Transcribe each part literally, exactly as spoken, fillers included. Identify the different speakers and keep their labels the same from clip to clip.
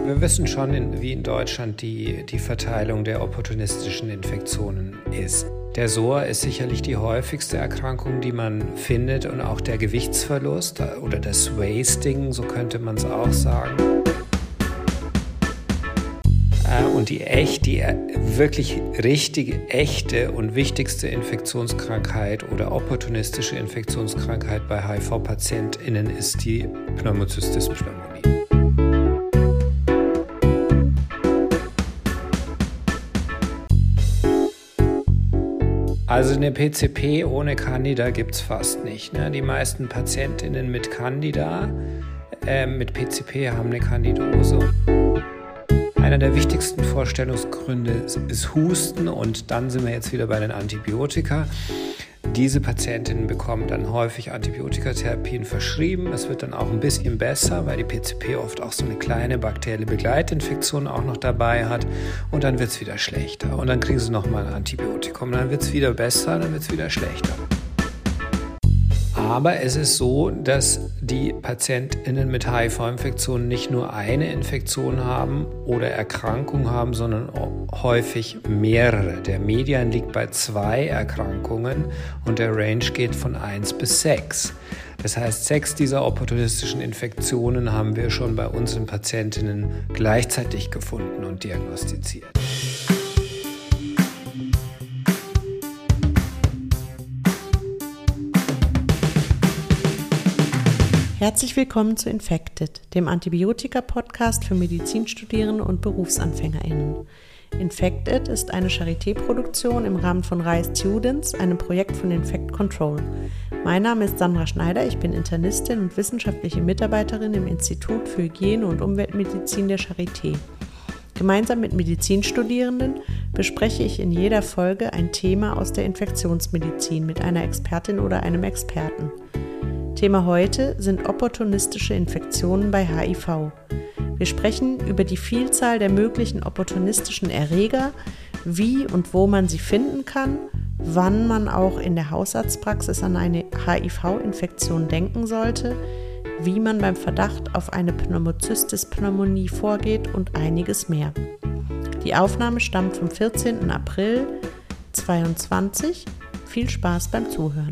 Speaker 1: Wir wissen schon, in, wie in Deutschland die, die Verteilung der opportunistischen Infektionen ist. Der S O A ist sicherlich die häufigste Erkrankung, die man findet, und auch der Gewichtsverlust oder das Wasting, so könnte man es auch sagen. Und die echt, die wirklich richtige, echte und wichtigste Infektionskrankheit oder opportunistische Infektionskrankheit bei H I V-PatientInnen ist die Pneumocystis pneumoniae. Also eine P C P ohne Candida gibt es fast nicht. Ne? Die meisten PatientInnen mit Candida, äh, mit P C P haben eine Candidose. Einer der wichtigsten Vorstellungsgründe ist Husten, und dann sind wir jetzt wieder bei den Antibiotika. Diese Patientinnen bekommen dann häufig Antibiotikatherapien verschrieben. Es wird dann auch ein bisschen besser, weil die P C P oft auch so eine kleine bakterielle Begleitinfektion auch noch dabei hat. Und dann wird es wieder schlechter. Und dann kriegen sie nochmal ein Antibiotikum. Dann wird es wieder besser, dann wird es wieder schlechter. Aber es ist so, dass die PatientInnen mit H I V-Infektionen nicht nur eine Infektion haben oder Erkrankung haben, sondern häufig mehrere. Der Median liegt bei zwei Erkrankungen und der Range geht von eins bis sechs. Das heißt, sechs dieser opportunistischen Infektionen haben wir schon bei unseren PatientInnen gleichzeitig gefunden und diagnostiziert.
Speaker 2: Herzlich willkommen zu Infected, dem Antibiotika-Podcast für Medizinstudierende und BerufsanfängerInnen. Infected ist eine Charité-Produktion im Rahmen von R I S E Students, einem Projekt von Infect Control. Mein Name ist Sandra Schneider, ich bin Internistin und wissenschaftliche Mitarbeiterin im Institut für Hygiene und Umweltmedizin der Charité. Gemeinsam mit Medizinstudierenden bespreche ich in jeder Folge ein Thema aus der Infektionsmedizin mit einer Expertin oder einem Experten. Thema heute sind opportunistische Infektionen bei H I V. Wir sprechen über die Vielzahl der möglichen opportunistischen Erreger, wie und wo man sie finden kann, wann man auch in der Hausarztpraxis an eine H I V-Infektion denken sollte, wie man beim Verdacht auf eine Pneumocystis pneumoniae vorgeht und einiges mehr. Die Aufnahme stammt vom vierzehnten April zweitausendzweiundzwanzig. Viel Spaß beim Zuhören.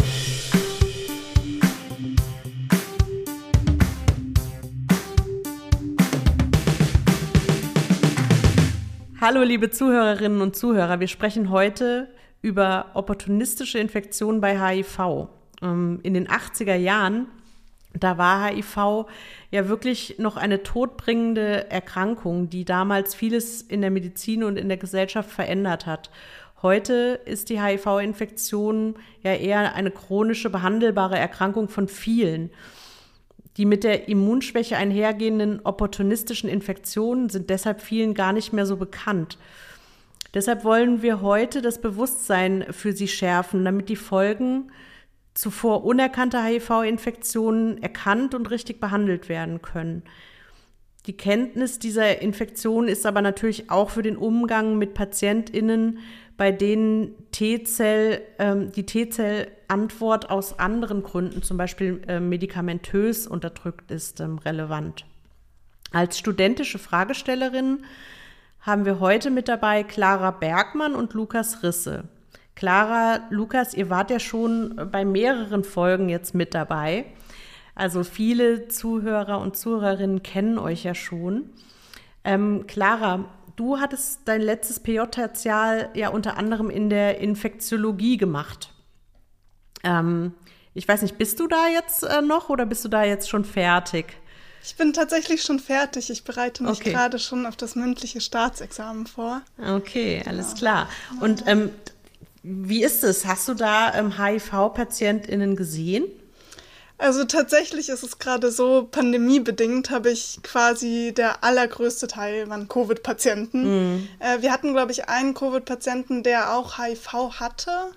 Speaker 2: Hallo liebe Zuhörerinnen und Zuhörer, wir sprechen heute über opportunistische Infektionen bei H I V. In den achtziger Jahren, da war H I V ja wirklich noch eine todbringende Erkrankung, die damals vieles in der Medizin und in der Gesellschaft verändert hat. Heute ist die H I V-Infektion ja eher eine chronische, behandelbare Erkrankung von vielen. Die mit der Immunschwäche einhergehenden opportunistischen Infektionen sind deshalb vielen gar nicht mehr so bekannt. Deshalb wollen wir heute das Bewusstsein für sie schärfen, damit die Folgen zuvor unerkannter H I V-Infektionen erkannt und richtig behandelt werden können. Die Kenntnis dieser Infektion ist aber natürlich auch für den Umgang mit PatientInnen, bei denen T-Zell, ähm, die T-Zell-Antwort aus anderen Gründen, zum Beispiel äh, medikamentös unterdrückt ist, ähm, relevant. Als studentische Fragestellerin haben wir heute mit dabei Clara Bergmann und Lukas Risse. Clara, Lukas, ihr wart ja schon bei mehreren Folgen jetzt mit dabei. Also viele Zuhörer und Zuhörerinnen kennen euch ja schon. Ähm, Clara, du hattest dein letztes P J-Tertial ja unter anderem in der Infektiologie gemacht. Ähm, ich weiß nicht, bist du da jetzt äh, noch oder bist du da jetzt schon fertig?
Speaker 3: Ich bin tatsächlich schon fertig. Ich bereite mich
Speaker 2: okay.
Speaker 3: gerade schon auf das mündliche Staatsexamen vor.
Speaker 2: Okay, alles ja. klar. Und ähm, wie ist es? Hast du da ähm, H I V-PatientInnen gesehen?
Speaker 3: Also tatsächlich ist es gerade so, pandemiebedingt habe ich quasi der allergrößte Teil waren Covid-Patienten. Mhm. Äh, wir hatten, glaube ich, einen Covid-Patienten, der auch H I V hatte,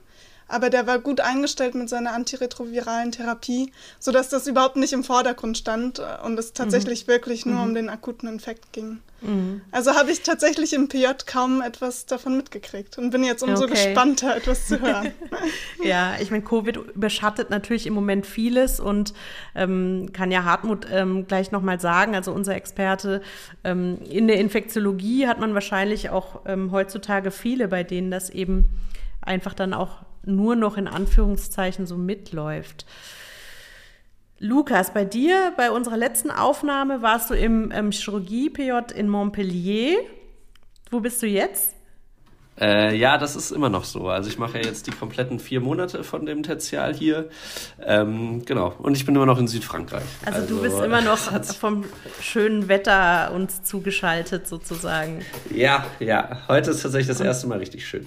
Speaker 3: aber der war gut eingestellt mit seiner antiretroviralen Therapie, sodass das überhaupt nicht im Vordergrund stand und es tatsächlich mhm. wirklich nur mhm. um den akuten Infekt ging. Mhm. Also habe ich tatsächlich im P J kaum etwas davon mitgekriegt und bin jetzt umso okay. gespannter, etwas zu hören.
Speaker 2: Ja, ich meine, Covid überschattet natürlich im Moment vieles und ähm, kann ja Hartmut ähm, gleich nochmal sagen, also unser Experte, ähm, in der Infektiologie hat man wahrscheinlich auch ähm, heutzutage viele, bei denen das eben einfach dann auch nur noch in Anführungszeichen so mitläuft. Lukas, bei dir, bei unserer letzten Aufnahme warst du im ähm, Chirurgie-P J in Montpellier. Wo bist du jetzt?
Speaker 4: Äh, ja, das ist immer noch so. Also ich mache ja jetzt die kompletten vier Monate von dem Tertial hier. Ähm, genau. Und ich bin immer noch in Südfrankreich.
Speaker 2: Also, also du bist immer noch vom schönen Wetter uns zugeschaltet sozusagen.
Speaker 4: Ja, ja. Heute ist tatsächlich das erste Mal richtig schön.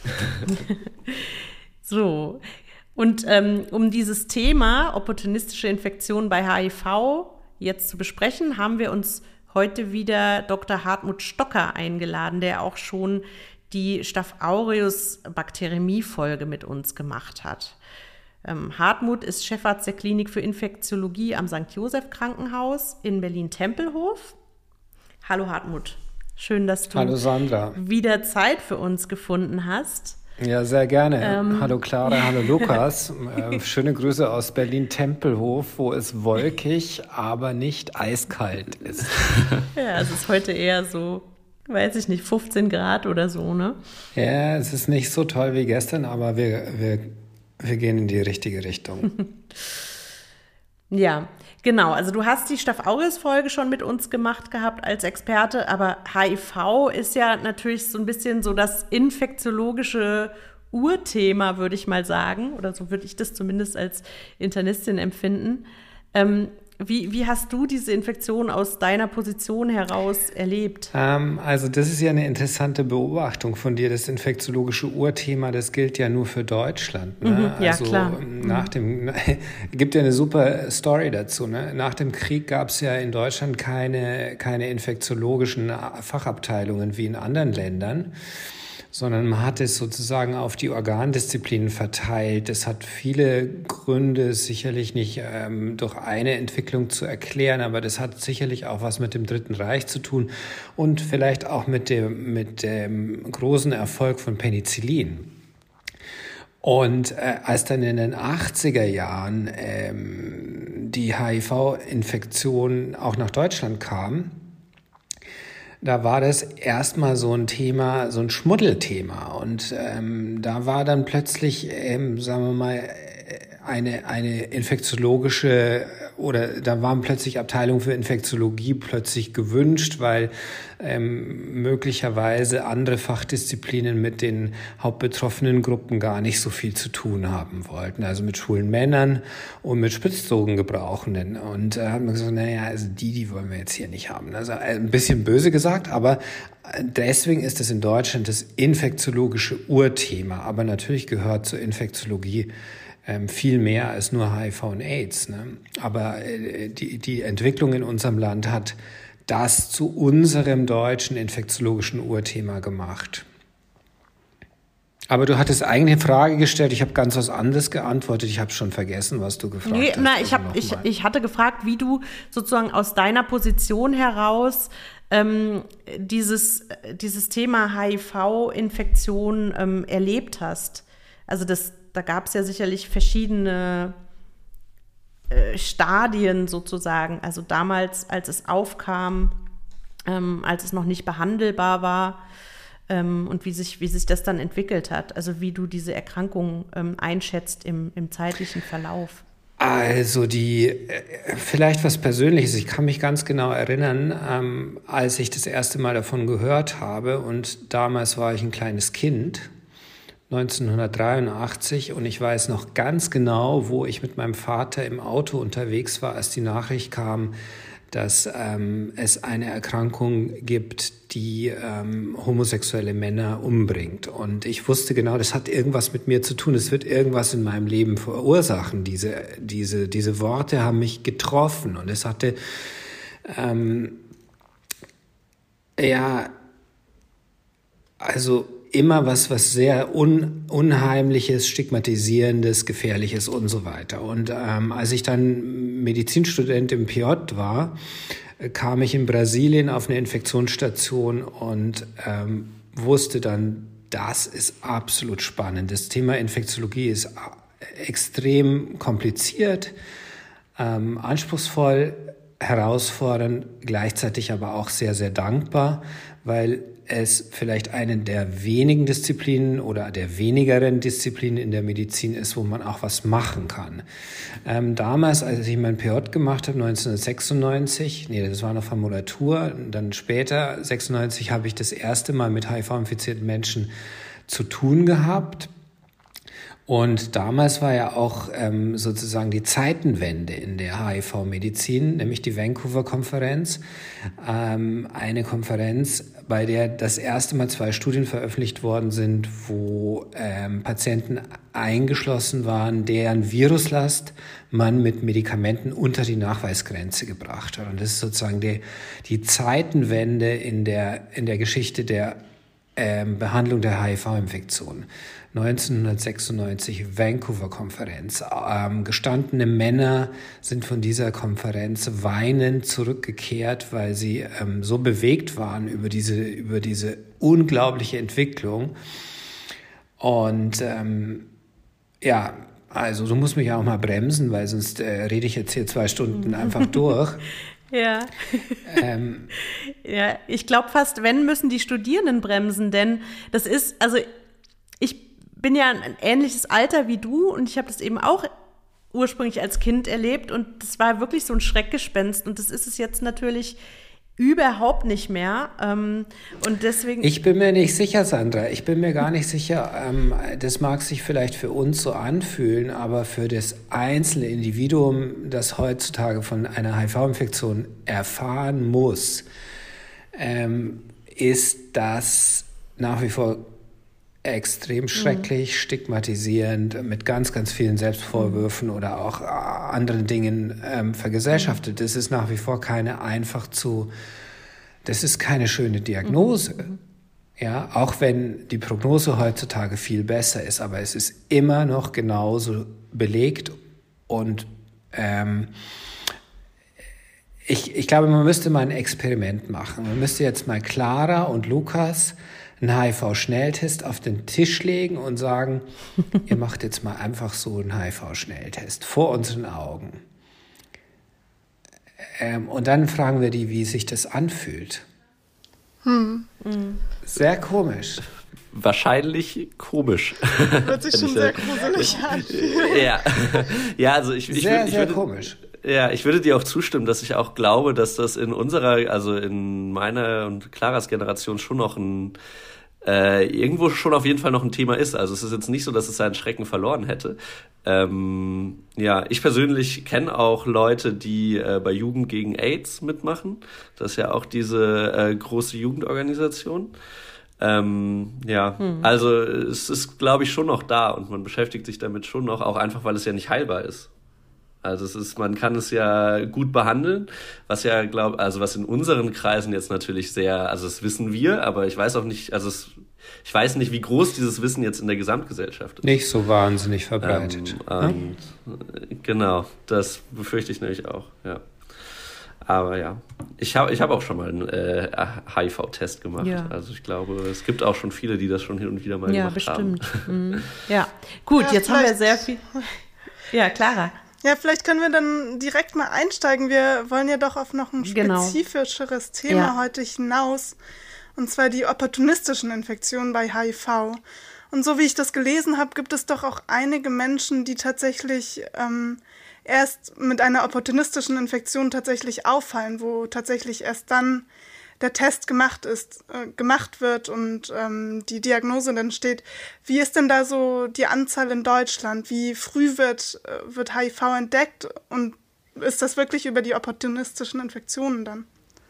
Speaker 2: So. Und ähm, um dieses Thema opportunistische Infektion bei H I V jetzt zu besprechen, haben wir uns heute wieder Doktor Hartmut Stocker eingeladen, der auch schon die Staph aureus-Bakteriämie-Folge mit uns gemacht hat. Ähm, Hartmut ist Chefarzt der Klinik für Infektiologie am Sankt Joseph Krankenhaus in Berlin-Tempelhof. Hallo Hartmut, schön, dass du
Speaker 1: Hallo Sandra.
Speaker 2: wieder Zeit für uns gefunden hast.
Speaker 1: Ja, sehr gerne. Ähm, hallo Clara, hallo Lukas. äh, schöne Grüße aus Berlin-Tempelhof, wo es wolkig, aber nicht eiskalt ist.
Speaker 2: Ja, es ist heute eher so, weiß ich nicht, fünfzehn Grad oder so, ne?
Speaker 1: Ja, es ist nicht so toll wie gestern, aber wir, wir, wir gehen in die richtige Richtung.
Speaker 2: Ja, genau. Also du hast die Staph aureus-Folge schon mit uns gemacht gehabt als Experte, aber H I V ist ja natürlich so ein bisschen so das infektiologische Urthema, würde ich mal sagen, oder so würde ich das zumindest als Internistin empfinden. Ähm, Wie, wie hast du diese Infektion aus deiner Position heraus erlebt?
Speaker 1: Ähm, also das ist ja eine interessante Beobachtung von dir. Das infektiologische Urthema, das gilt ja nur für Deutschland. Ne?
Speaker 2: Mhm, ja,
Speaker 1: also
Speaker 2: klar.
Speaker 1: Nach dem, gibt ja eine super Story dazu. Ne? Nach dem Krieg gab es ja in Deutschland keine, keine infektiologischen Fachabteilungen wie in anderen Ländern, sondern man hat es sozusagen auf die Organdisziplinen verteilt. Es hat viele Gründe, sicherlich nicht ähm, durch eine Entwicklung zu erklären, aber das hat sicherlich auch was mit dem Dritten Reich zu tun und vielleicht auch mit dem, mit dem großen Erfolg von Penicillin. Und äh, als dann in den achtziger Jahren ähm, die H I V-Infektion auch nach Deutschland kam, da war das erstmal so ein Thema, so ein Schmuddelthema. Und ähm, da war dann plötzlich, ähm, sagen wir mal, eine, eine infektiologische oder da waren plötzlich Abteilungen für Infektiologie plötzlich gewünscht, weil ähm, möglicherweise andere Fachdisziplinen mit den hauptbetroffenen Gruppen gar nicht so viel zu tun haben wollten. Also mit schwulen Männern und mit Spritzdrogengebrauchenden. Und da äh, hat man gesagt, naja, also die, die wollen wir jetzt hier nicht haben. Also ein bisschen böse gesagt, aber deswegen ist es in Deutschland das infektiologische Urthema. Aber natürlich gehört zur Infektiologie Ähm, viel mehr als nur H I V und AIDS. Ne? Aber äh, die, die Entwicklung in unserem Land hat das zu unserem deutschen infektiologischen Urthema gemacht. Aber du hattest eigentlich eine Frage gestellt, ich habe ganz was anderes geantwortet, ich habe schon vergessen, was du gefragt
Speaker 2: nee,
Speaker 1: hast.
Speaker 2: Na, ich, hab, ich, ich hatte gefragt, wie du sozusagen aus deiner Position heraus ähm, dieses, dieses Thema H I V-Infektion ähm, erlebt hast. Also das Da gab es ja sicherlich verschiedene äh, Stadien sozusagen. Also damals, als es aufkam, ähm, als es noch nicht behandelbar war ähm, und wie sich, wie sich das dann entwickelt hat. Also wie du diese Erkrankung ähm, einschätzt im, im zeitlichen Verlauf.
Speaker 1: Also die, äh, vielleicht was Persönliches. Ich kann mich ganz genau erinnern, ähm, als ich das erste Mal davon gehört habe und damals war ich ein kleines Kind, neunzehnhundertdreiundachtzig, und ich weiß noch ganz genau, wo ich mit meinem Vater im Auto unterwegs war, als die Nachricht kam, dass ähm, es eine Erkrankung gibt, die ähm, homosexuelle Männer umbringt. Und ich wusste genau, das hat irgendwas mit mir zu tun, es wird irgendwas in meinem Leben verursachen. Diese, diese, diese Worte haben mich getroffen und es hatte, ähm, ja, also immer was, was sehr un, Unheimliches, Stigmatisierendes, Gefährliches und so weiter. Und ähm, als ich dann Medizinstudent im P J war, kam ich in Brasilien auf eine Infektionsstation und ähm, wusste dann, das ist absolut spannend. Das Thema Infektiologie ist extrem kompliziert, ähm, anspruchsvoll, herausfordernd, gleichzeitig aber auch sehr, sehr dankbar, weil es vielleicht eine der wenigen Disziplinen oder der wenigeren Disziplinen in der Medizin ist, wo man auch was machen kann. Ähm, damals, als ich mein P J gemacht habe, neunzehnhundertsechsundneunzig, nee, das war noch Formulatur, dann später, sechsundneunzig, habe ich das erste Mal mit H I V-infizierten Menschen zu tun gehabt. Und damals war ja auch ähm, sozusagen die Zeitenwende in der H I V-Medizin, nämlich die Vancouver-Konferenz. Ähm, eine Konferenz, bei der das erste Mal zwei Studien veröffentlicht worden sind, wo ähm, Patienten eingeschlossen waren, deren Viruslast man mit Medikamenten unter die Nachweisgrenze gebracht hat. Und das ist sozusagen die, die Zeitenwende in der, in der Geschichte der ähm, Behandlung der H I V-Infektion. neunzehnhundertsechsundneunzig, Vancouver-Konferenz. Ähm, gestandene Männer sind von dieser Konferenz weinend zurückgekehrt, weil sie ähm, so bewegt waren über diese, über diese unglaubliche Entwicklung. Und ähm, ja, also du musst mich auch mal bremsen, weil sonst äh, rede ich jetzt hier zwei Stunden einfach durch.
Speaker 2: Ja.
Speaker 1: Ähm,
Speaker 2: ja, ich glaube fast, wenn, müssen die Studierenden bremsen, denn das ist, also ich bin ja ein ähnliches Alter wie du und ich habe das eben auch ursprünglich als Kind erlebt und das war wirklich so ein Schreckgespenst und das ist es jetzt natürlich überhaupt nicht mehr ähm, und deswegen...
Speaker 1: Ich bin mir nicht sicher, Sandra, ich bin mir gar nicht sicher, ähm, das mag sich vielleicht für uns so anfühlen, aber für das einzelne Individuum, das heutzutage von einer H I V-Infektion erfahren muss, ähm, ist das nach wie vor extrem schrecklich, mhm. stigmatisierend, mit ganz, ganz vielen Selbstvorwürfen mhm. oder auch anderen Dingen ähm, vergesellschaftet. Das ist nach wie vor keine einfach zu, das ist keine schöne Diagnose. Mhm. Ja, auch wenn die Prognose heutzutage viel besser ist, aber es ist immer noch genauso belegt und ähm, ich, ich glaube, man müsste mal ein Experiment machen. Man müsste jetzt mal Clara und Lukas einen H I V-Schnelltest auf den Tisch legen und sagen, ihr macht jetzt mal einfach so einen H I V-Schnelltest vor unseren Augen. Ähm, und dann fragen wir die, wie sich das anfühlt. Hm. Sehr komisch.
Speaker 4: Wahrscheinlich komisch.
Speaker 3: Hört sich schon sehr gruselig an.
Speaker 4: Ja, ja also ich, ich,
Speaker 1: sehr,
Speaker 4: würd, ich
Speaker 1: sehr
Speaker 4: würde,
Speaker 1: komisch.
Speaker 4: Ja, ich würde dir auch zustimmen, dass ich auch glaube, dass das in unserer, also in meiner und Claras Generation schon noch ein äh, irgendwo schon auf jeden Fall noch ein Thema ist. Also es ist jetzt nicht so, dass es seinen Schrecken verloren hätte. Ähm, ja, ich persönlich kenne auch Leute, die äh, bei Jugend gegen AIDS mitmachen. Das ist ja auch diese äh, große Jugendorganisation. Ähm, ja, hm. also es ist, glaube ich, schon noch da und man beschäftigt sich damit schon noch, auch einfach, weil es ja nicht heilbar ist. Also es ist, man kann es ja gut behandeln, was ja, glaub, also was in unseren Kreisen jetzt natürlich sehr, also das wissen wir, aber ich weiß auch nicht, also es, ich weiß nicht, wie groß dieses Wissen jetzt in der Gesamtgesellschaft ist.
Speaker 1: Nicht so wahnsinnig verbreitet.
Speaker 4: Ähm, ähm, genau, das befürchte ich nämlich auch, ja. Aber ja, ich habe ich hab auch schon mal einen äh, H I V-Test gemacht. Ja. Also ich glaube, es gibt auch schon viele, die das schon hin und wieder mal
Speaker 2: ja,
Speaker 4: gemacht
Speaker 2: bestimmt.
Speaker 4: haben.
Speaker 2: Mhm. Ja, gut,
Speaker 3: ja,
Speaker 2: jetzt haben wir sehr viel. Ja, Clara.
Speaker 3: Ja, vielleicht können wir dann direkt mal einsteigen. Wir wollen ja doch auf noch ein spezifischeres genau. Thema ja. heute hinaus. Und zwar die opportunistischen Infektionen bei H I V. Und so wie ich das gelesen habe, gibt es doch auch einige Menschen, die tatsächlich ähm, erst mit einer opportunistischen Infektion tatsächlich auffallen, wo tatsächlich erst dann der Test gemacht ist, äh, gemacht wird und ähm, die Diagnose dann steht. Wie ist denn da so die Anzahl in Deutschland? Wie früh wird, äh, wird H I V entdeckt und ist das wirklich über die opportunistischen Infektionen dann?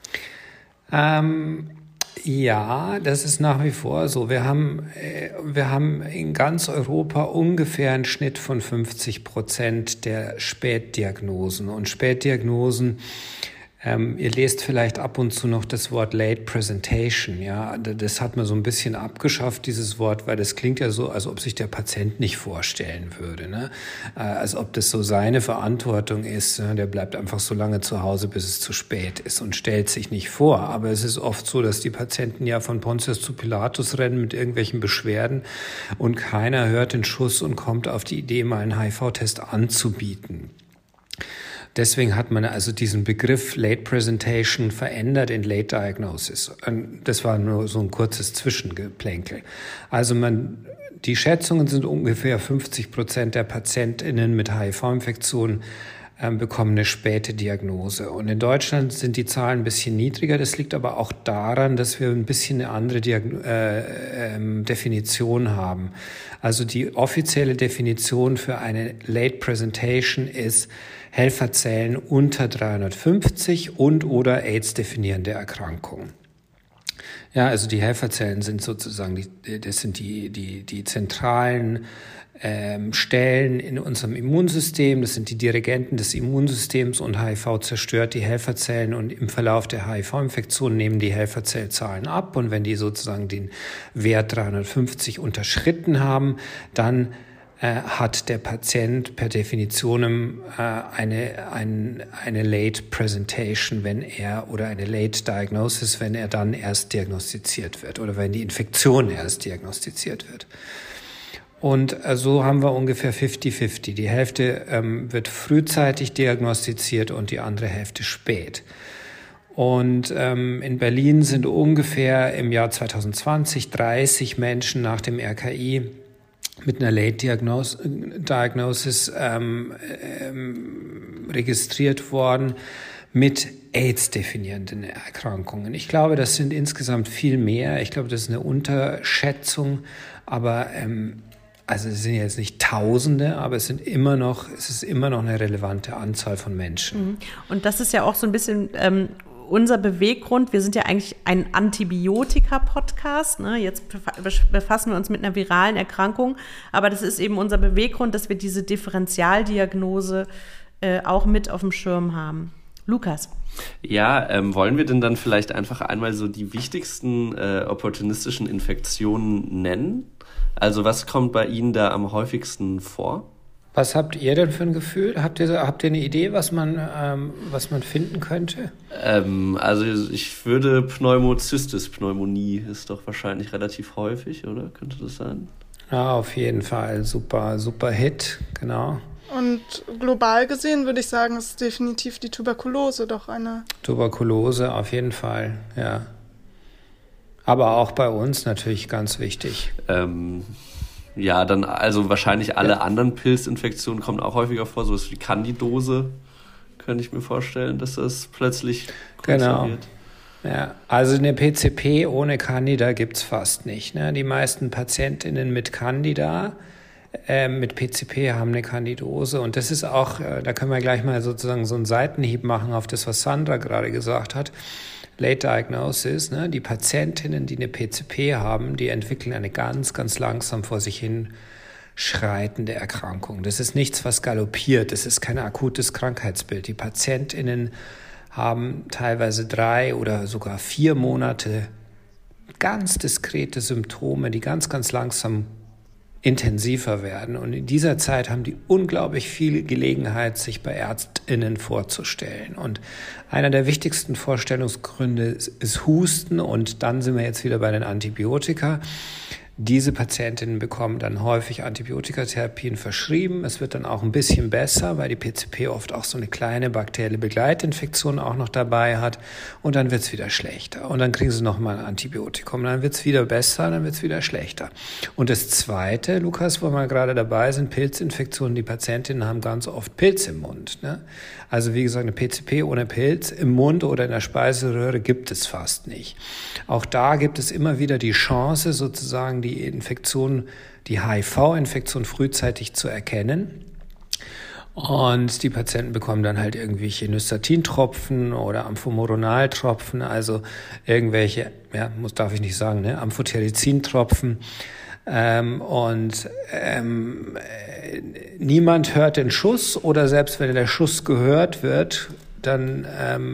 Speaker 1: Ähm, ja, das ist nach wie vor so. Wir haben, äh, wir haben in ganz Europa ungefähr einen Schnitt von fünfzig Prozent der Spätdiagnosen. Und Spätdiagnosen Ähm, ihr lest vielleicht ab und zu noch das Wort Late Presentation. Ja, das hat man so ein bisschen abgeschafft, dieses Wort, weil das klingt ja so, als ob sich der Patient nicht vorstellen würde, ne? Äh, als ob das so seine Verantwortung ist. Ne? Der bleibt einfach so lange zu Hause, bis es zu spät ist und stellt sich nicht vor. Aber es ist oft so, dass die Patienten ja von Pontius zu Pilatus rennen mit irgendwelchen Beschwerden und keiner hört den Schuss und kommt auf die Idee, mal einen H I V-Test anzubieten. Deswegen hat man also diesen Begriff Late Presentation verändert in Late Diagnosis. Das war nur so ein kurzes Zwischengeplänkel. Also man, die Schätzungen sind ungefähr fünfzig Prozent der PatientInnen mit H I V-Infektionen ähm, bekommen eine späte Diagnose. Und in Deutschland sind die Zahlen ein bisschen niedriger. Das liegt aber auch daran, dass wir ein bisschen eine andere Diagn- äh, ähm, Definition haben. Also die offizielle Definition für eine Late Presentation ist Helferzellen unter dreihundertfünfzig und oder AIDS-definierende Erkrankungen. Ja, also die Helferzellen sind sozusagen, die, das sind die, die, die zentralen ähm, Stellen in unserem Immunsystem. Das sind die Dirigenten des Immunsystems und H I V zerstört die Helferzellen und im Verlauf der H I V-Infektion nehmen die Helferzellzahlen ab und wenn die sozusagen den Wert dreihundertfünfzig unterschritten haben, dann hat der Patient per Definition äh, eine, ein, eine Late Presentation, wenn er, oder eine Late Diagnosis, wenn er dann erst diagnostiziert wird oder wenn die Infektion erst diagnostiziert wird. Und äh, so haben wir ungefähr fifty fifty. Die Hälfte ähm, wird frühzeitig diagnostiziert und die andere Hälfte spät. Und ähm, in Berlin sind ungefähr im Jahr zwanzig zwanzig dreißig Menschen nach dem R K I mit einer Late Diagnos- Diagnosis ähm, ähm, registriert worden mit AIDS-definierenden Erkrankungen. Ich glaube, das sind insgesamt viel mehr. Ich glaube, das ist eine Unterschätzung, aber ähm, also es sind jetzt nicht Tausende, aber es sind immer noch, es ist immer noch eine relevante Anzahl von Menschen.
Speaker 2: Und das ist ja auch so ein bisschen ähm, unser Beweggrund. Wir sind ja eigentlich ein Antibiotika-Podcast. Ne? Jetzt befassen wir uns mit einer viralen Erkrankung, aber das ist eben unser Beweggrund, dass wir diese Differentialdiagnose äh, auch mit auf dem Schirm haben. Lukas.
Speaker 4: Ja, ähm, wollen wir denn dann vielleicht einfach einmal so die wichtigsten äh, opportunistischen Infektionen nennen? Also was kommt bei Ihnen da am häufigsten vor?
Speaker 1: Was habt ihr denn für ein Gefühl? Habt ihr, habt ihr eine Idee, was man, ähm, was man finden könnte?
Speaker 4: Ähm, also ich würde Pneumocystis, Pneumonie ist doch wahrscheinlich relativ häufig, oder? Könnte das sein?
Speaker 1: Ja, auf jeden Fall. Super, super Hit, genau.
Speaker 3: Und global gesehen würde ich sagen, ist definitiv die Tuberkulose doch eine.
Speaker 1: Tuberkulose auf jeden Fall, ja. Aber auch bei uns natürlich ganz wichtig.
Speaker 4: Ähm... Ja, dann also wahrscheinlich alle ja. anderen Pilzinfektionen kommen auch häufiger vor, so ist wie Candidose, könnte ich mir vorstellen, dass das plötzlich größer
Speaker 1: genau. wird. Ja, also eine P C P ohne Candida gibt's fast nicht. Ne? Die meisten PatientInnen mit Candida, äh, mit P C P haben eine Candidose und das ist auch, äh, da können wir gleich mal sozusagen so einen Seitenhieb machen auf das, was Sandra gerade gesagt hat. Late Diagnosis, ne? Die Patientinnen, die eine P C P haben, die entwickeln eine ganz, ganz langsam vor sich hin schreitende Erkrankung. Das ist nichts, was galoppiert, das ist kein akutes Krankheitsbild. Die Patientinnen haben teilweise drei oder sogar vier Monate ganz diskrete Symptome, die ganz, ganz langsam intensiver werden. Und in dieser Zeit haben die unglaublich viel Gelegenheit, sich bei ÄrztInnen vorzustellen. Und einer der wichtigsten Vorstellungsgründe ist Husten. Und dann sind wir jetzt wieder bei den Antibiotika. Diese Patientinnen bekommen dann häufig Antibiotikatherapien verschrieben. Es wird dann auch ein bisschen besser, weil die P C P oft auch so eine kleine bakterielle Begleitinfektion auch noch dabei hat. Und dann wird es wieder schlechter. Und dann kriegen sie nochmal ein Antibiotikum. Dann wird es wieder besser, dann wird es wieder schlechter. Und das Zweite, Lukas, wo wir gerade dabei sind, Pilzinfektionen. Die Patientinnen haben ganz oft Pilz im Mund. Ne? Also wie gesagt, eine P C P ohne Pilz im Mund oder in der Speiseröhre gibt es fast nicht. Auch da gibt es immer wieder die Chance, sozusagen die Infektion, die H I V-Infektion frühzeitig zu erkennen. Und die Patienten bekommen dann halt irgendwelche Nystatintropfen oder Amphomoronaltropfen, also irgendwelche, ja, muss, darf ich nicht sagen, ne, Amphotericin-Tropfen. Ähm, und ähm, äh, niemand hört den Schuss oder selbst wenn der Schuss gehört wird, dann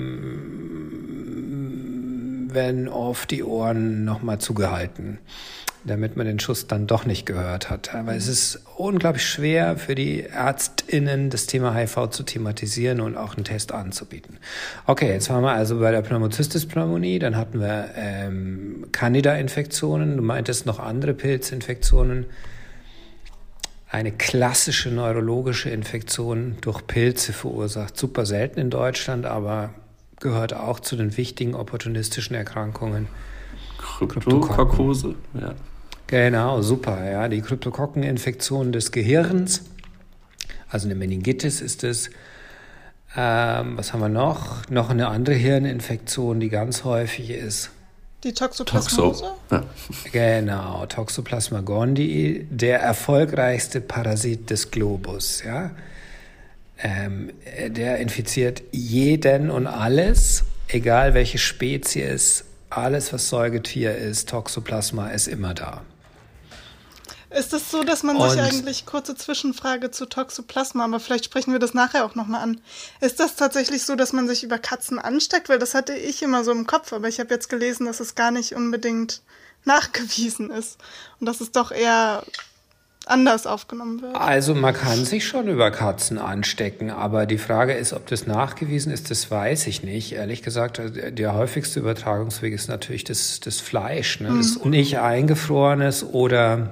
Speaker 1: ähm, werden oft die Ohren nochmal zugehalten, damit man den Schuss dann doch nicht gehört hat. Aber es ist unglaublich schwer für die ÄrztInnen, das Thema H I V zu thematisieren und auch einen Test anzubieten. Okay, jetzt waren wir also bei der Pneumocystis-Pneumonie, dann hatten wir ähm, Candida-Infektionen, du meintest noch andere Pilzinfektionen. Eine klassische neurologische Infektion durch Pilze verursacht. Super selten in Deutschland, aber gehört auch zu den wichtigen opportunistischen Erkrankungen.
Speaker 4: Kryptokokkose, ja.
Speaker 1: Genau, super, ja. Die Kryptokokkeninfektion des Gehirns, also eine Meningitis ist es. Ähm, was haben wir noch? Noch eine andere Hirninfektion, die ganz häufig ist.
Speaker 3: Die Toxoplasmose?
Speaker 4: Toxo. Ja.
Speaker 1: Genau, Toxoplasma gondii, der erfolgreichste Parasit des Globus, ja. Ähm, der infiziert jeden und alles, egal welche Spezies, alles was Säugetier ist, Toxoplasma ist immer da.
Speaker 3: Ist es so, dass man
Speaker 1: und
Speaker 3: sich eigentlich, kurze Zwischenfrage zu Toxoplasma, aber vielleicht sprechen wir das nachher auch nochmal an. Ist das tatsächlich so, dass man sich über Katzen ansteckt? Weil das hatte ich immer so im Kopf, aber ich habe jetzt gelesen, dass es gar nicht unbedingt nachgewiesen ist und dass es doch eher anders aufgenommen wird.
Speaker 1: Also man kann sich schon über Katzen anstecken, aber die Frage ist, ob das nachgewiesen ist, das weiß ich nicht. Ehrlich gesagt, der häufigste Übertragungsweg ist natürlich das, das Fleisch, ne? Das mhm. nicht eingefrorenes oder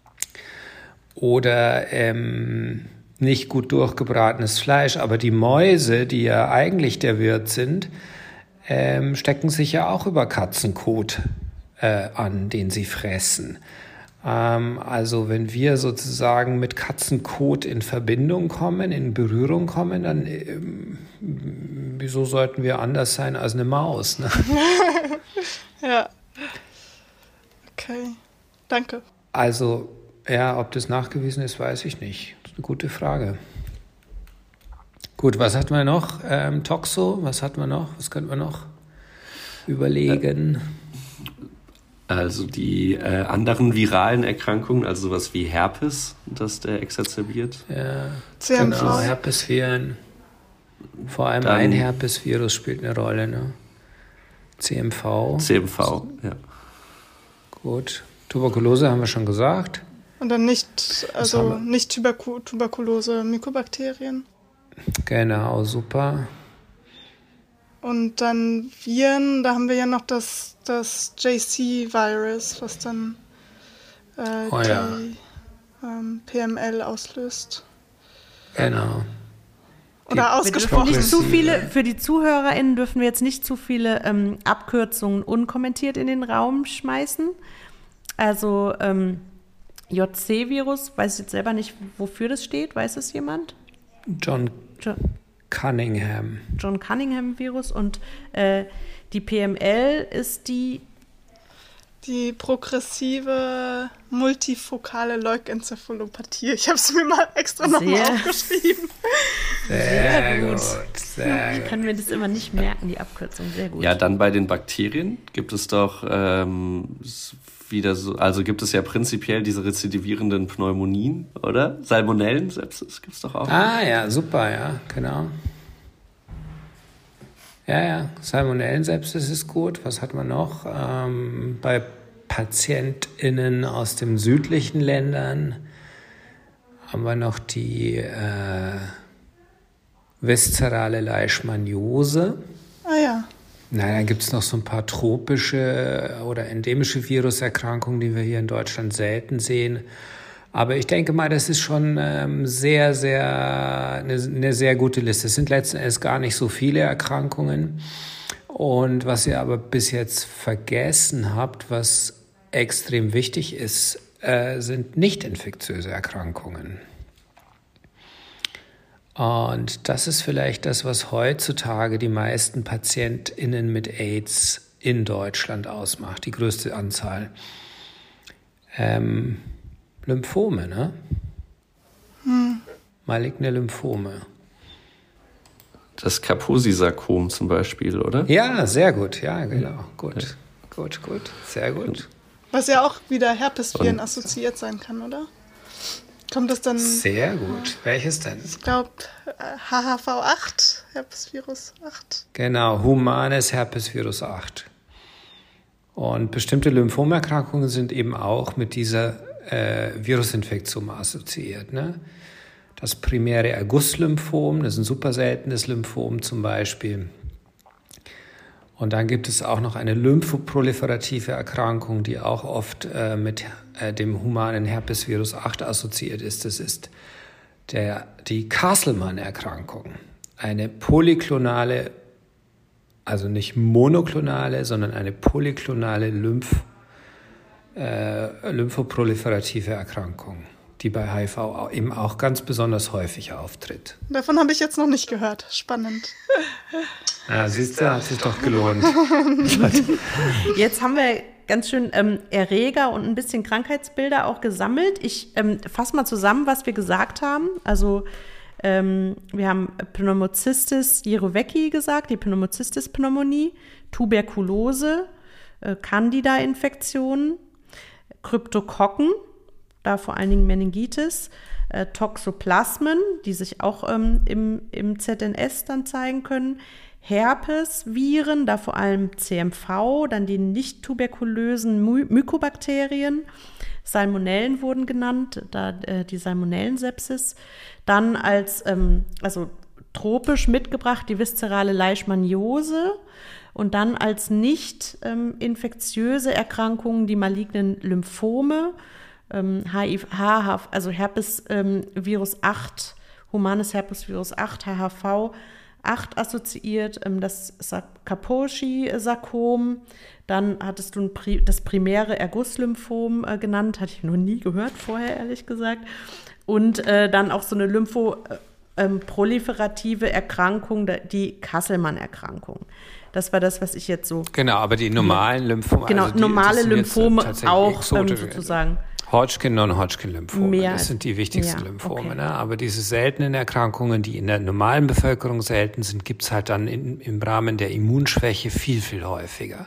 Speaker 1: oder ähm, nicht gut durchgebratenes Fleisch. Aber die Mäuse, die ja eigentlich der Wirt sind, ähm, stecken sich ja auch über Katzenkot äh, an, den sie fressen. Ähm, also wenn wir sozusagen mit Katzenkot in Verbindung kommen, in Berührung kommen, dann ähm, wieso sollten wir anders sein als eine Maus? Ne?
Speaker 3: Ja. Okay, danke.
Speaker 1: Also ja, ob das nachgewiesen ist, weiß ich nicht. Das ist eine gute Frage. Gut, was hatten wir noch? Ähm, Toxo, was hatten wir noch? Was könnten wir noch überlegen?
Speaker 4: Also die äh, anderen viralen Erkrankungen, also sowas wie Herpes, das der exacerbiert.
Speaker 1: Ja,
Speaker 3: C M V.
Speaker 1: genau, Herpesviren. Vor allem
Speaker 4: Dann,
Speaker 1: ein Herpesvirus spielt eine Rolle, ne? C M V.
Speaker 4: C M V, ja.
Speaker 1: Gut. Tuberkulose haben wir schon gesagt.
Speaker 3: Und dann nicht, also nicht Tuberku- Tuberkulose, Mykobakterien.
Speaker 1: Genau, super.
Speaker 3: Und dann Viren, da haben wir ja noch das, das J C-Virus, was dann äh,
Speaker 1: oh,
Speaker 3: die
Speaker 1: ja.
Speaker 3: ähm, P M L auslöst.
Speaker 1: Genau.
Speaker 3: Oder ausgesprochen.
Speaker 2: Nicht zu viele, für die ZuhörerInnen dürfen wir jetzt nicht zu viele ähm, Abkürzungen unkommentiert in den Raum schmeißen. Also ähm, J C-Virus, weiß ich jetzt selber nicht, wofür das steht. Weiß es jemand?
Speaker 1: John,
Speaker 2: John
Speaker 1: Cunningham.
Speaker 2: John Cunningham-Virus. Und äh, die P M L ist die...
Speaker 3: Die progressive multifokale Leukenzephalopathie. Ich habe es mir mal extra nochmal aufgeschrieben.
Speaker 1: Sehr, sehr gut. Sehr
Speaker 2: ich kann mir das immer nicht merken, die Abkürzung. Sehr gut.
Speaker 4: Ja, dann bei den Bakterien gibt es doch ähm, wieder so, also gibt es ja prinzipiell diese rezidivierenden Pneumonien, oder? Salmonellen-Sepsis gibt es doch auch.
Speaker 1: Ah ja, super, ja, genau. Ja, ja, Salmonellen-Sepsis ist gut. Was hat man noch? Ähm, bei PatientInnen aus den südlichen Ländern haben wir noch die äh, viszerale Leishmaniose.
Speaker 3: Ah ja.
Speaker 1: Na, dann gibt es noch so ein paar tropische oder endemische Viruserkrankungen, die wir hier in Deutschland selten sehen. Aber ich denke mal, das ist schon ähm, sehr, sehr eine, eine sehr gute Liste. Es sind letzten Endes gar nicht so viele Erkrankungen. Und was ihr aber bis jetzt vergessen habt, was extrem wichtig ist, äh, sind nicht infektiöse Erkrankungen. Und das ist vielleicht das, was heutzutage die meisten PatientInnen mit AIDS in Deutschland ausmacht, die größte Anzahl. Ähm, Lymphome, ne?
Speaker 3: Hm.
Speaker 1: Maligne Lymphome.
Speaker 4: Das Kaposi-Sarkom zum Beispiel, oder?
Speaker 1: Ja, sehr gut. Ja, genau. Gut, ja. gut, gut. Sehr gut.
Speaker 3: Was ja auch wieder Herpesviren assoziiert sein kann, oder? Kommt das dann?
Speaker 1: Sehr gut. Welches denn?
Speaker 3: Ich glaube H H V acht, Herpesvirus acht.
Speaker 1: Genau, humanes Herpesvirus acht. Und bestimmte Lymphomerkrankungen sind eben auch mit dieser äh, Virusinfektion assoziiert. Ne? Das primäre Ergusslymphom, das ist ein super seltenes Lymphom zum Beispiel. Und dann gibt es auch noch eine lymphoproliferative Erkrankung, die auch oft äh, mit äh, dem humanen Herpesvirus acht assoziiert ist. Das ist der, die Castleman-Erkrankung. Eine polyklonale, also nicht monoklonale, sondern eine polyklonale Lymph, äh, lymphoproliferative Erkrankung, die bei H I V eben auch ganz besonders häufig auftritt.
Speaker 3: Davon habe ich jetzt noch nicht gehört. Spannend.
Speaker 1: Ja, siehst du, hat sich doch gelohnt.
Speaker 2: Jetzt haben wir ganz schön ähm, Erreger und ein bisschen Krankheitsbilder auch gesammelt. Ich ähm, fasse mal zusammen, was wir gesagt haben. Also ähm, wir haben Pneumocystis jirovecii gesagt, die Pneumocystis-Pneumonie, Tuberkulose, äh, Candida-Infektionen, Kryptokokken, da vor allen Dingen Meningitis, äh, Toxoplasmen, die sich auch ähm, im, im Z N S dann zeigen können, Herpesviren, da vor allem C M V, dann die nicht tuberkulösen My- Mykobakterien, Salmonellen wurden genannt, da äh, die Salmonellensepsis, dann als ähm, also tropisch mitgebracht die viszerale Leishmaniose und dann als nicht ähm, infektiöse Erkrankungen die malignen Lymphome, H I V, also Herpesvirus acht, humanes Herpesvirus acht, H H V acht assoziiert, das Kaposi-Sarkom, dann hattest du ein, das primäre Ergusslymphom äh, genannt, hatte ich noch nie gehört vorher, ehrlich gesagt, und äh, dann auch so eine lymphoproliferative ähm, Erkrankung, die Castleman-Erkrankung. Das war das, was ich jetzt so...
Speaker 1: Genau, aber die normalen Lymphome...
Speaker 2: Genau,
Speaker 1: also die,
Speaker 2: normale Lymphome auch ähm,
Speaker 1: Exotische.
Speaker 2: sozusagen...
Speaker 1: Hodgkin, Non-Hodgkin-Lymphome,
Speaker 2: Mehr
Speaker 1: das sind die wichtigsten
Speaker 2: ja,
Speaker 1: Lymphome.
Speaker 2: okay.
Speaker 1: Ne? Aber diese seltenen Erkrankungen, die in der normalen Bevölkerung selten sind, gibt es halt dann in, im Rahmen der Immunschwäche viel, viel häufiger.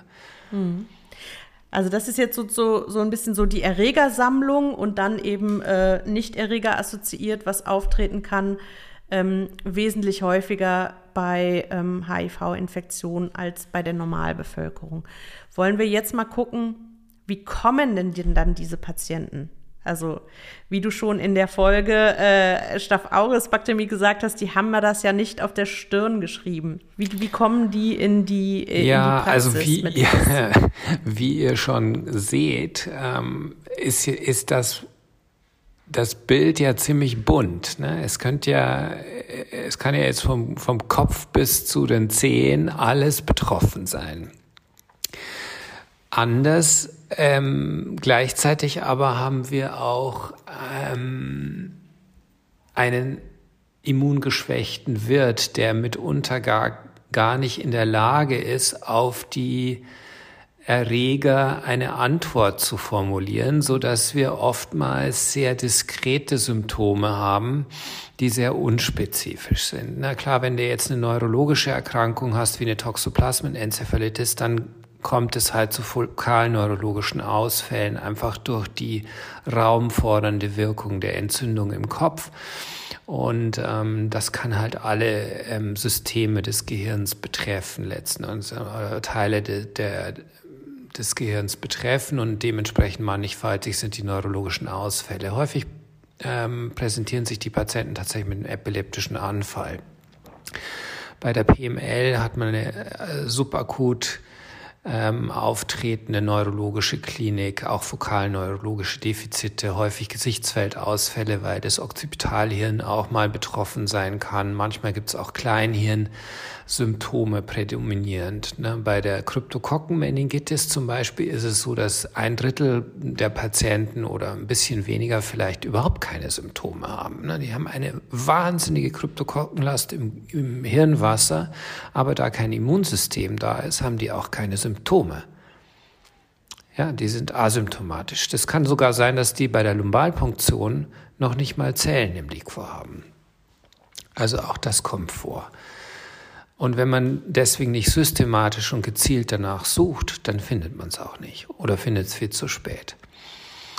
Speaker 2: Also das ist jetzt so, so, so ein bisschen so die Erregersammlung und dann eben äh, nicht Erreger assoziiert, was auftreten kann, ähm, wesentlich häufiger bei ähm, H I V-Infektionen als bei der Normalbevölkerung. Wollen wir jetzt mal gucken, wie kommen denn dann diese Patienten? Also wie du schon in der Folge äh, Staph aureus Baktemie gesagt hast, die haben wir das ja nicht auf der Stirn geschrieben. Wie, wie kommen die in die, äh,
Speaker 1: ja,
Speaker 2: in die Praxis?
Speaker 1: Also wie,
Speaker 2: mit
Speaker 1: ihr, wie ihr schon seht, ähm, ist, ist das, das Bild ja ziemlich bunt. Ne? Es könnte ja, es kann ja jetzt vom, vom Kopf bis zu den Zehen alles betroffen sein. Anders, ähm, gleichzeitig aber haben wir auch ähm, einen immungeschwächten Wirt, der mitunter gar, gar nicht in der Lage ist, auf die Erreger eine Antwort zu formulieren, so dass wir oftmals sehr diskrete Symptome haben, die sehr unspezifisch sind. Na klar, wenn du jetzt eine neurologische Erkrankung hast, wie eine Toxoplasmenenzephalitis, dann kommt es halt zu fokalneurologischen Ausfällen, einfach durch die raumfordernde Wirkung der Entzündung im Kopf. Und ähm, das kann halt alle ähm, Systeme des Gehirns betreffen, letzten Endes, äh, Teile de, der, des Gehirns betreffen und dementsprechend mannigfaltig sind die neurologischen Ausfälle. Häufig ähm, präsentieren sich die Patienten tatsächlich mit einem epileptischen Anfall. Bei der P M L hat man eine äh, subakut Ähm, auftretende neurologische Klinik, auch fokalneurologische Defizite, häufig Gesichtsfeldausfälle, weil das Okzipitalhirn auch mal betroffen sein kann. Manchmal gibt es auch Kleinhirnsymptome prädominierend. Ne? Bei der Kryptokokkenmeningitis zum Beispiel ist es so, dass ein Drittel der Patienten oder ein bisschen weniger vielleicht überhaupt keine Symptome haben. Ne? Die haben eine wahnsinnige Kryptokokkenlast im, im Hirnwasser, aber da kein Immunsystem da ist, haben die auch keine Symptome. Symptome. Ja, die sind asymptomatisch. Das kann sogar sein, dass die bei der Lumbalpunktion noch nicht mal Zellen im Liquor haben. Also auch das kommt vor. Und wenn man deswegen nicht systematisch und gezielt danach sucht, dann findet man es auch nicht oder findet es viel zu spät.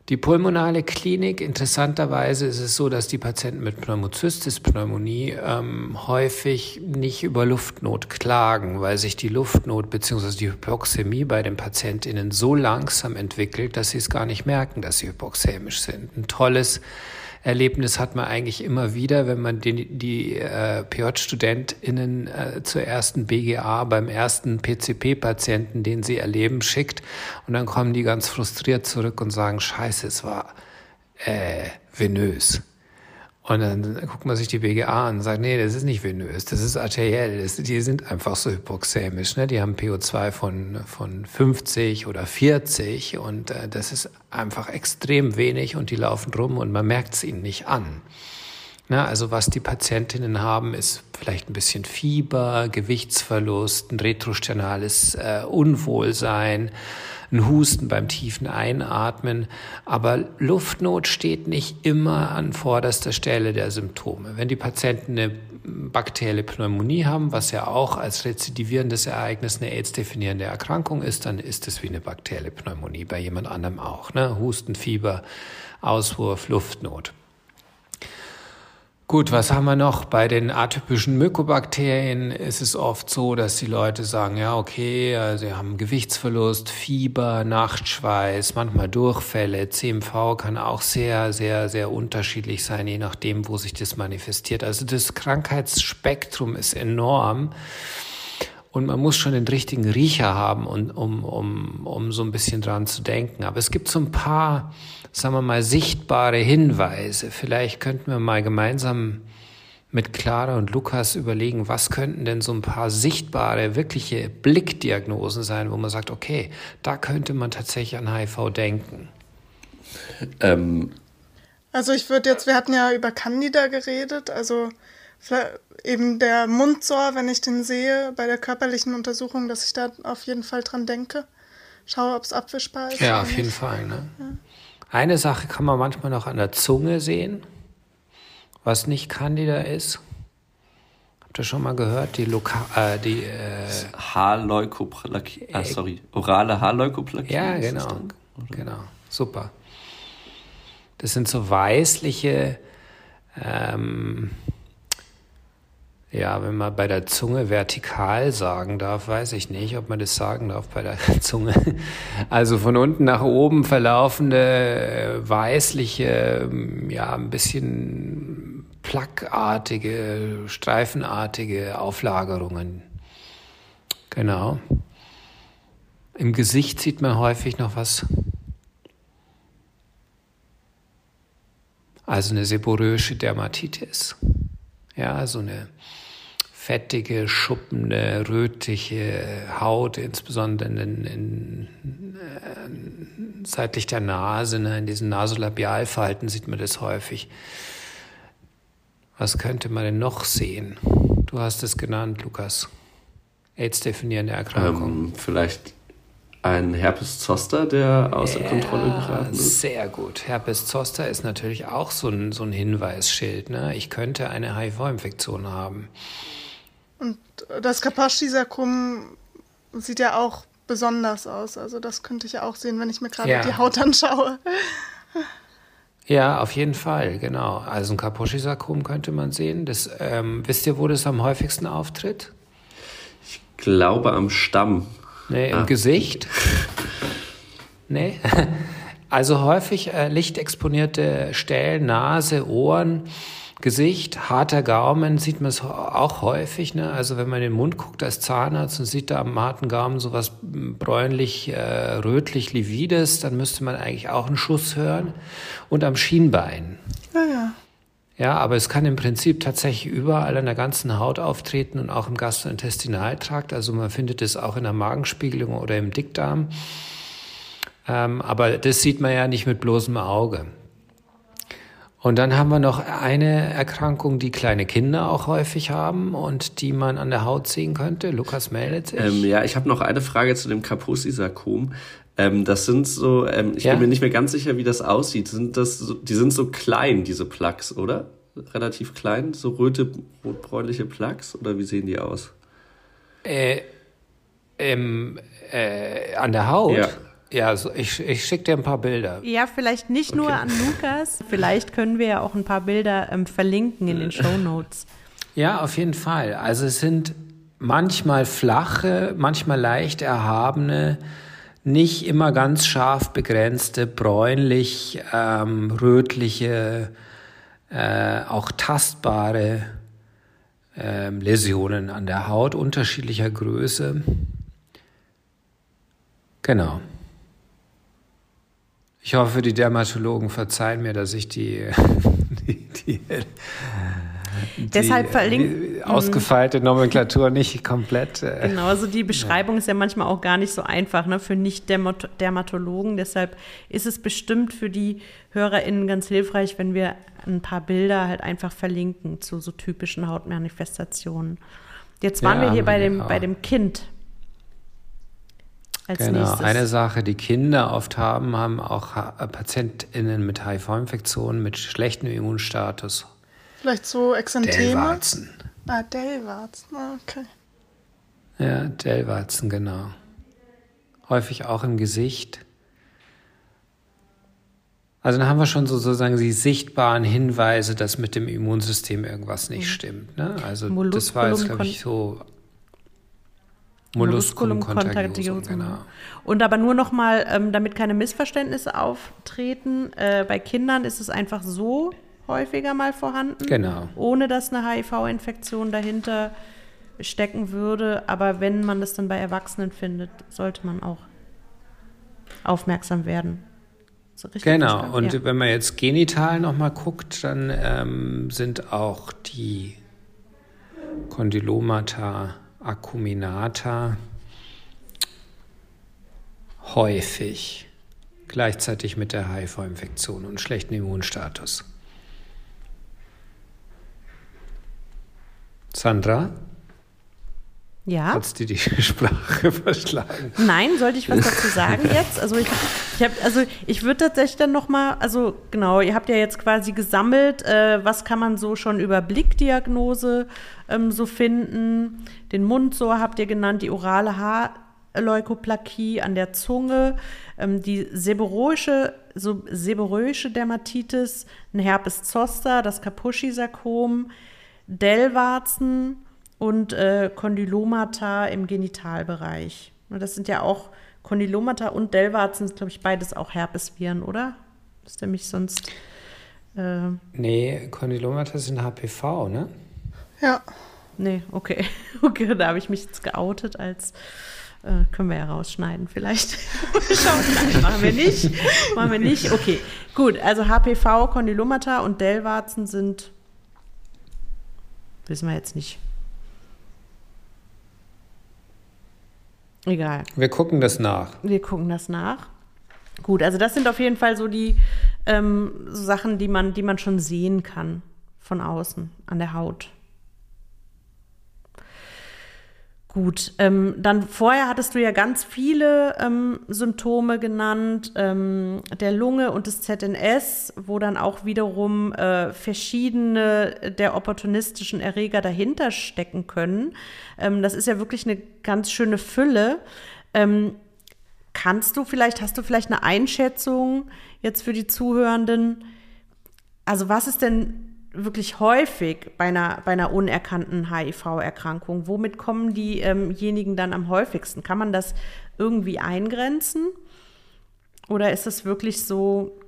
Speaker 1: Die pulmonale Klinik, interessanterweise ist es so, dass die Patienten mit Pneumocystis Pneumonie ähm, häufig nicht über Luftnot klagen, weil sich die Luftnot bzw. die Hypoxämie bei den PatientInnen so langsam entwickelt, dass sie es gar nicht merken, dass sie hypoxämisch sind. Ein tolles Erlebnis hat man eigentlich immer wieder, wenn man die, die äh, P J-StudentInnen äh, zur ersten B G A beim ersten P C P-Patienten, den sie erleben, schickt. Und dann kommen die ganz frustriert zurück und sagen, scheiße, es war äh, venös. Und dann guckt man sich die B G A an und sagt, nee, das ist nicht venös, das ist arteriell. Das, die sind einfach so hypoxämisch, ne? Die haben P O zwei von, von fünfzig oder vierzig und äh, das ist einfach extrem wenig und die laufen rum und man merkt es ihnen nicht an. Na, also was die Patientinnen haben, ist vielleicht ein bisschen Fieber, Gewichtsverlust, ein retrosternales äh, Unwohlsein, ein Husten beim tiefen Einatmen. Aber Luftnot steht nicht immer an vorderster Stelle der Symptome. Wenn die Patienten eine bakterielle Pneumonie haben, was ja auch als rezidivierendes Ereignis eine AIDS-definierende Erkrankung ist, dann ist es wie eine bakterielle Pneumonie, bei jemand anderem auch. Ne? Husten, Fieber, Auswurf, Luftnot. Gut, was haben wir noch? Bei den atypischen Mykobakterien ist es oft so, dass die Leute sagen, ja, okay, sie haben Gewichtsverlust, Fieber, Nachtschweiß, manchmal Durchfälle. C M V kann auch sehr, sehr, sehr unterschiedlich sein, je nachdem, wo sich das manifestiert. Also das Krankheitsspektrum ist enorm. Und man muss schon den richtigen Riecher haben, um, um, um, um so ein bisschen dran zu denken. Aber es gibt so ein paar, sagen wir mal, sichtbare Hinweise. Vielleicht könnten wir mal gemeinsam mit Clara und Lukas überlegen, was könnten denn so ein paar sichtbare, wirkliche Blickdiagnosen sein, wo man sagt, okay, da könnte man tatsächlich an H I V denken.
Speaker 4: Ähm.
Speaker 3: Also ich würde jetzt, wir hatten ja über Candida geredet, also eben der Mundsor, wenn ich den sehe, bei der körperlichen Untersuchung, dass ich da auf jeden Fall dran denke. Schaue, ob es abwischbar ist.
Speaker 1: Ja, auf jeden Fall. Ne? Ja. Eine Sache kann man manchmal noch an der Zunge sehen, was nicht Candida ist. Habt ihr schon mal gehört? Die, Loka- äh, die äh,
Speaker 4: Haarleukoplakie. Ah, sorry. Orale Haarleukoplakie.
Speaker 1: Ja, genau. Genau. Super. Das sind so weißliche, ähm, ja, wenn man bei der Zunge vertikal sagen darf, weiß ich nicht, ob man das sagen darf bei der Zunge. Also von unten nach oben verlaufende, weißliche, ja, ein bisschen plackartige, streifenartige Auflagerungen. Genau. Im Gesicht sieht man häufig noch was. Also eine seborrhoische Dermatitis. Ja, so eine fettige, schuppende, rötliche Haut, insbesondere in, in, in, äh, seitlich der Nase, ne, in diesen Nasolabialfalten sieht man das häufig. Was könnte man denn noch sehen? Du hast es genannt, Lukas. AIDS-definierende Erkrankung.
Speaker 4: Ähm, vielleicht ein Herpes Zoster, der außer ja, Kontrolle geraten ist.
Speaker 1: Sehr gut. Herpes Zoster ist natürlich auch so ein, so ein Hinweisschild. Ne? Ich könnte eine H I V-Infektion haben.
Speaker 3: Und das Kaposi-Sarkom sieht ja auch besonders aus. Also das könnte ich ja auch sehen, wenn ich mir gerade ja. die Haut anschaue.
Speaker 1: Ja, auf jeden Fall, genau. Also ein Kaposi-Sarkom könnte man sehen. Das, ähm, wisst ihr, wo das am häufigsten auftritt?
Speaker 4: Ich glaube am Stamm.
Speaker 1: Nee, im ah. Gesicht. Nee. Also häufig äh, lichtexponierte Stellen, Nase, Ohren, Gesicht, harter Gaumen sieht man es auch häufig. Ne? Also wenn man in den Mund guckt als Zahnarzt und sieht da am harten Gaumen sowas bräunlich, äh, rötlich, livides, dann müsste man eigentlich auch einen Schuss hören. Und am Schienbein.
Speaker 3: Ja, ja.
Speaker 1: Ja, aber es kann im Prinzip tatsächlich überall an der ganzen Haut auftreten und auch im Gastrointestinaltrakt. Also man findet es auch in der Magenspiegelung oder im Dickdarm. Ähm, aber das sieht man ja nicht mit bloßem Auge. Und dann haben wir noch eine Erkrankung, die kleine Kinder auch häufig haben und die man an der Haut sehen könnte. Lukas meldet sich.
Speaker 4: Ähm, ja, ich habe noch eine Frage zu dem Kaposi-Sarkom. Ähm, das sind so, ähm, ich ja. bin mir nicht mehr ganz sicher, wie das aussieht. Sind das so, die sind so klein, diese Plaques, oder? Relativ klein, so röte, rotbräunliche Plaques, oder wie sehen die aus?
Speaker 1: Äh, ähm, äh, an der Haut?
Speaker 4: Ja.
Speaker 1: Ja, also ich, ich schicke dir ein paar Bilder.
Speaker 2: Ja, vielleicht nicht okay. nur an Lukas. Vielleicht können wir ja auch ein paar Bilder ähm, verlinken in den Shownotes.
Speaker 1: Ja, auf jeden Fall. Also es sind manchmal flache, manchmal leicht erhabene, nicht immer ganz scharf begrenzte, bräunlich, ähm, rötliche, äh, auch tastbare äh, Läsionen an der Haut unterschiedlicher Größe. Genau. Ich hoffe, die Dermatologen verzeihen mir, dass ich die, die, die, die
Speaker 2: Deshalb verlinkt,
Speaker 1: ausgefeilte Nomenklatur nicht komplett. Äh,
Speaker 2: genau, also die Beschreibung ja. ist ja manchmal auch gar nicht so einfach, ne, für Nicht-Dermatologen. Deshalb ist es bestimmt für die HörerInnen ganz hilfreich, wenn wir ein paar Bilder halt einfach verlinken zu so typischen Hautmanifestationen. Jetzt waren ja, wir hier bei dem, bei dem Kind. Als
Speaker 1: genau,
Speaker 2: nächstes.
Speaker 1: Eine Sache, die Kinder oft haben, haben auch PatientInnen mit H I V-Infektionen, mit schlechtem Immunstatus.
Speaker 3: Vielleicht so Exantheme?
Speaker 1: Dellwarzen.
Speaker 3: Ah, Dellwarzen, okay.
Speaker 1: Ja, Dellwarzen, genau. Häufig auch im Gesicht. Also dann haben wir schon so, sozusagen die sichtbaren Hinweise, dass mit dem Immunsystem irgendwas nicht stimmt. Ne? Also Mollusculum das war jetzt, glaube ich, so... Mollusculum contagiosum, genau.
Speaker 2: Und aber nur noch mal, ähm, damit keine Missverständnisse auftreten, äh, bei Kindern ist es einfach so häufiger mal vorhanden,
Speaker 1: genau.
Speaker 2: ohne dass eine H I V-Infektion dahinter stecken würde. Aber wenn man das dann bei Erwachsenen findet, sollte man auch aufmerksam werden. So richtig
Speaker 1: genau,
Speaker 2: verstanden?
Speaker 1: und
Speaker 2: ja.
Speaker 1: wenn man jetzt genital noch mal guckt, dann ähm, sind auch die Condylomata acuminata häufig gleichzeitig mit der H I V-Infektion und schlechten Immunstatus. Sandra?
Speaker 2: Ja?
Speaker 1: Hat's dir die Sprache verschlagen?
Speaker 2: Nein, sollte ich was dazu sagen jetzt? Also ich, ich habe, also ich würde tatsächlich dann noch mal, also genau, ihr habt ja jetzt quasi gesammelt, äh, was kann man so schon über Blickdiagnose ähm, so finden? Den Mundsor habt ihr genannt, die orale Haarleukoplakie an der Zunge, ähm, die seborrhoische, so seborrhoische Dermatitis, ein Herpes zoster, das Kaposi-Sarkom, Dellwarzen und äh, Condylomata im Genitalbereich. Das sind ja auch Condylomata und Dellwarzen, sind, glaube ich, beides auch Herpesviren, oder? Ist der mich sonst... Äh
Speaker 1: nee, Condylomata sind H P V, ne?
Speaker 3: Ja.
Speaker 2: Nee, okay. Okay, da habe ich mich jetzt geoutet als... Äh, können wir ja rausschneiden vielleicht. Schauen, nein, machen wir nicht. Machen wir nicht. Okay, gut. Also H P V, Condylomata und Dellwarzen sind... Wissen wir jetzt nicht. Egal.
Speaker 1: Wir gucken das nach.
Speaker 2: Wir gucken das nach. Gut, also das sind auf jeden Fall so die ähm, so Sachen, die man, die man schon sehen kann von außen an der Haut. Gut, ähm, dann vorher hattest du ja ganz viele ähm, Symptome genannt, ähm, der Lunge und des Z N S, wo dann auch wiederum äh, verschiedene der opportunistischen Erreger dahinter stecken können. Ähm, das ist ja wirklich eine ganz schöne Fülle. Ähm, kannst du vielleicht, hast du vielleicht eine Einschätzung jetzt für die Zuhörenden? Also was ist denn wirklich häufig bei einer, bei einer unerkannten H I V-Erkrankung? Womit kommen diejenigen ähm dann am häufigsten? Kann man das irgendwie eingrenzen? Oder ist es wirklich so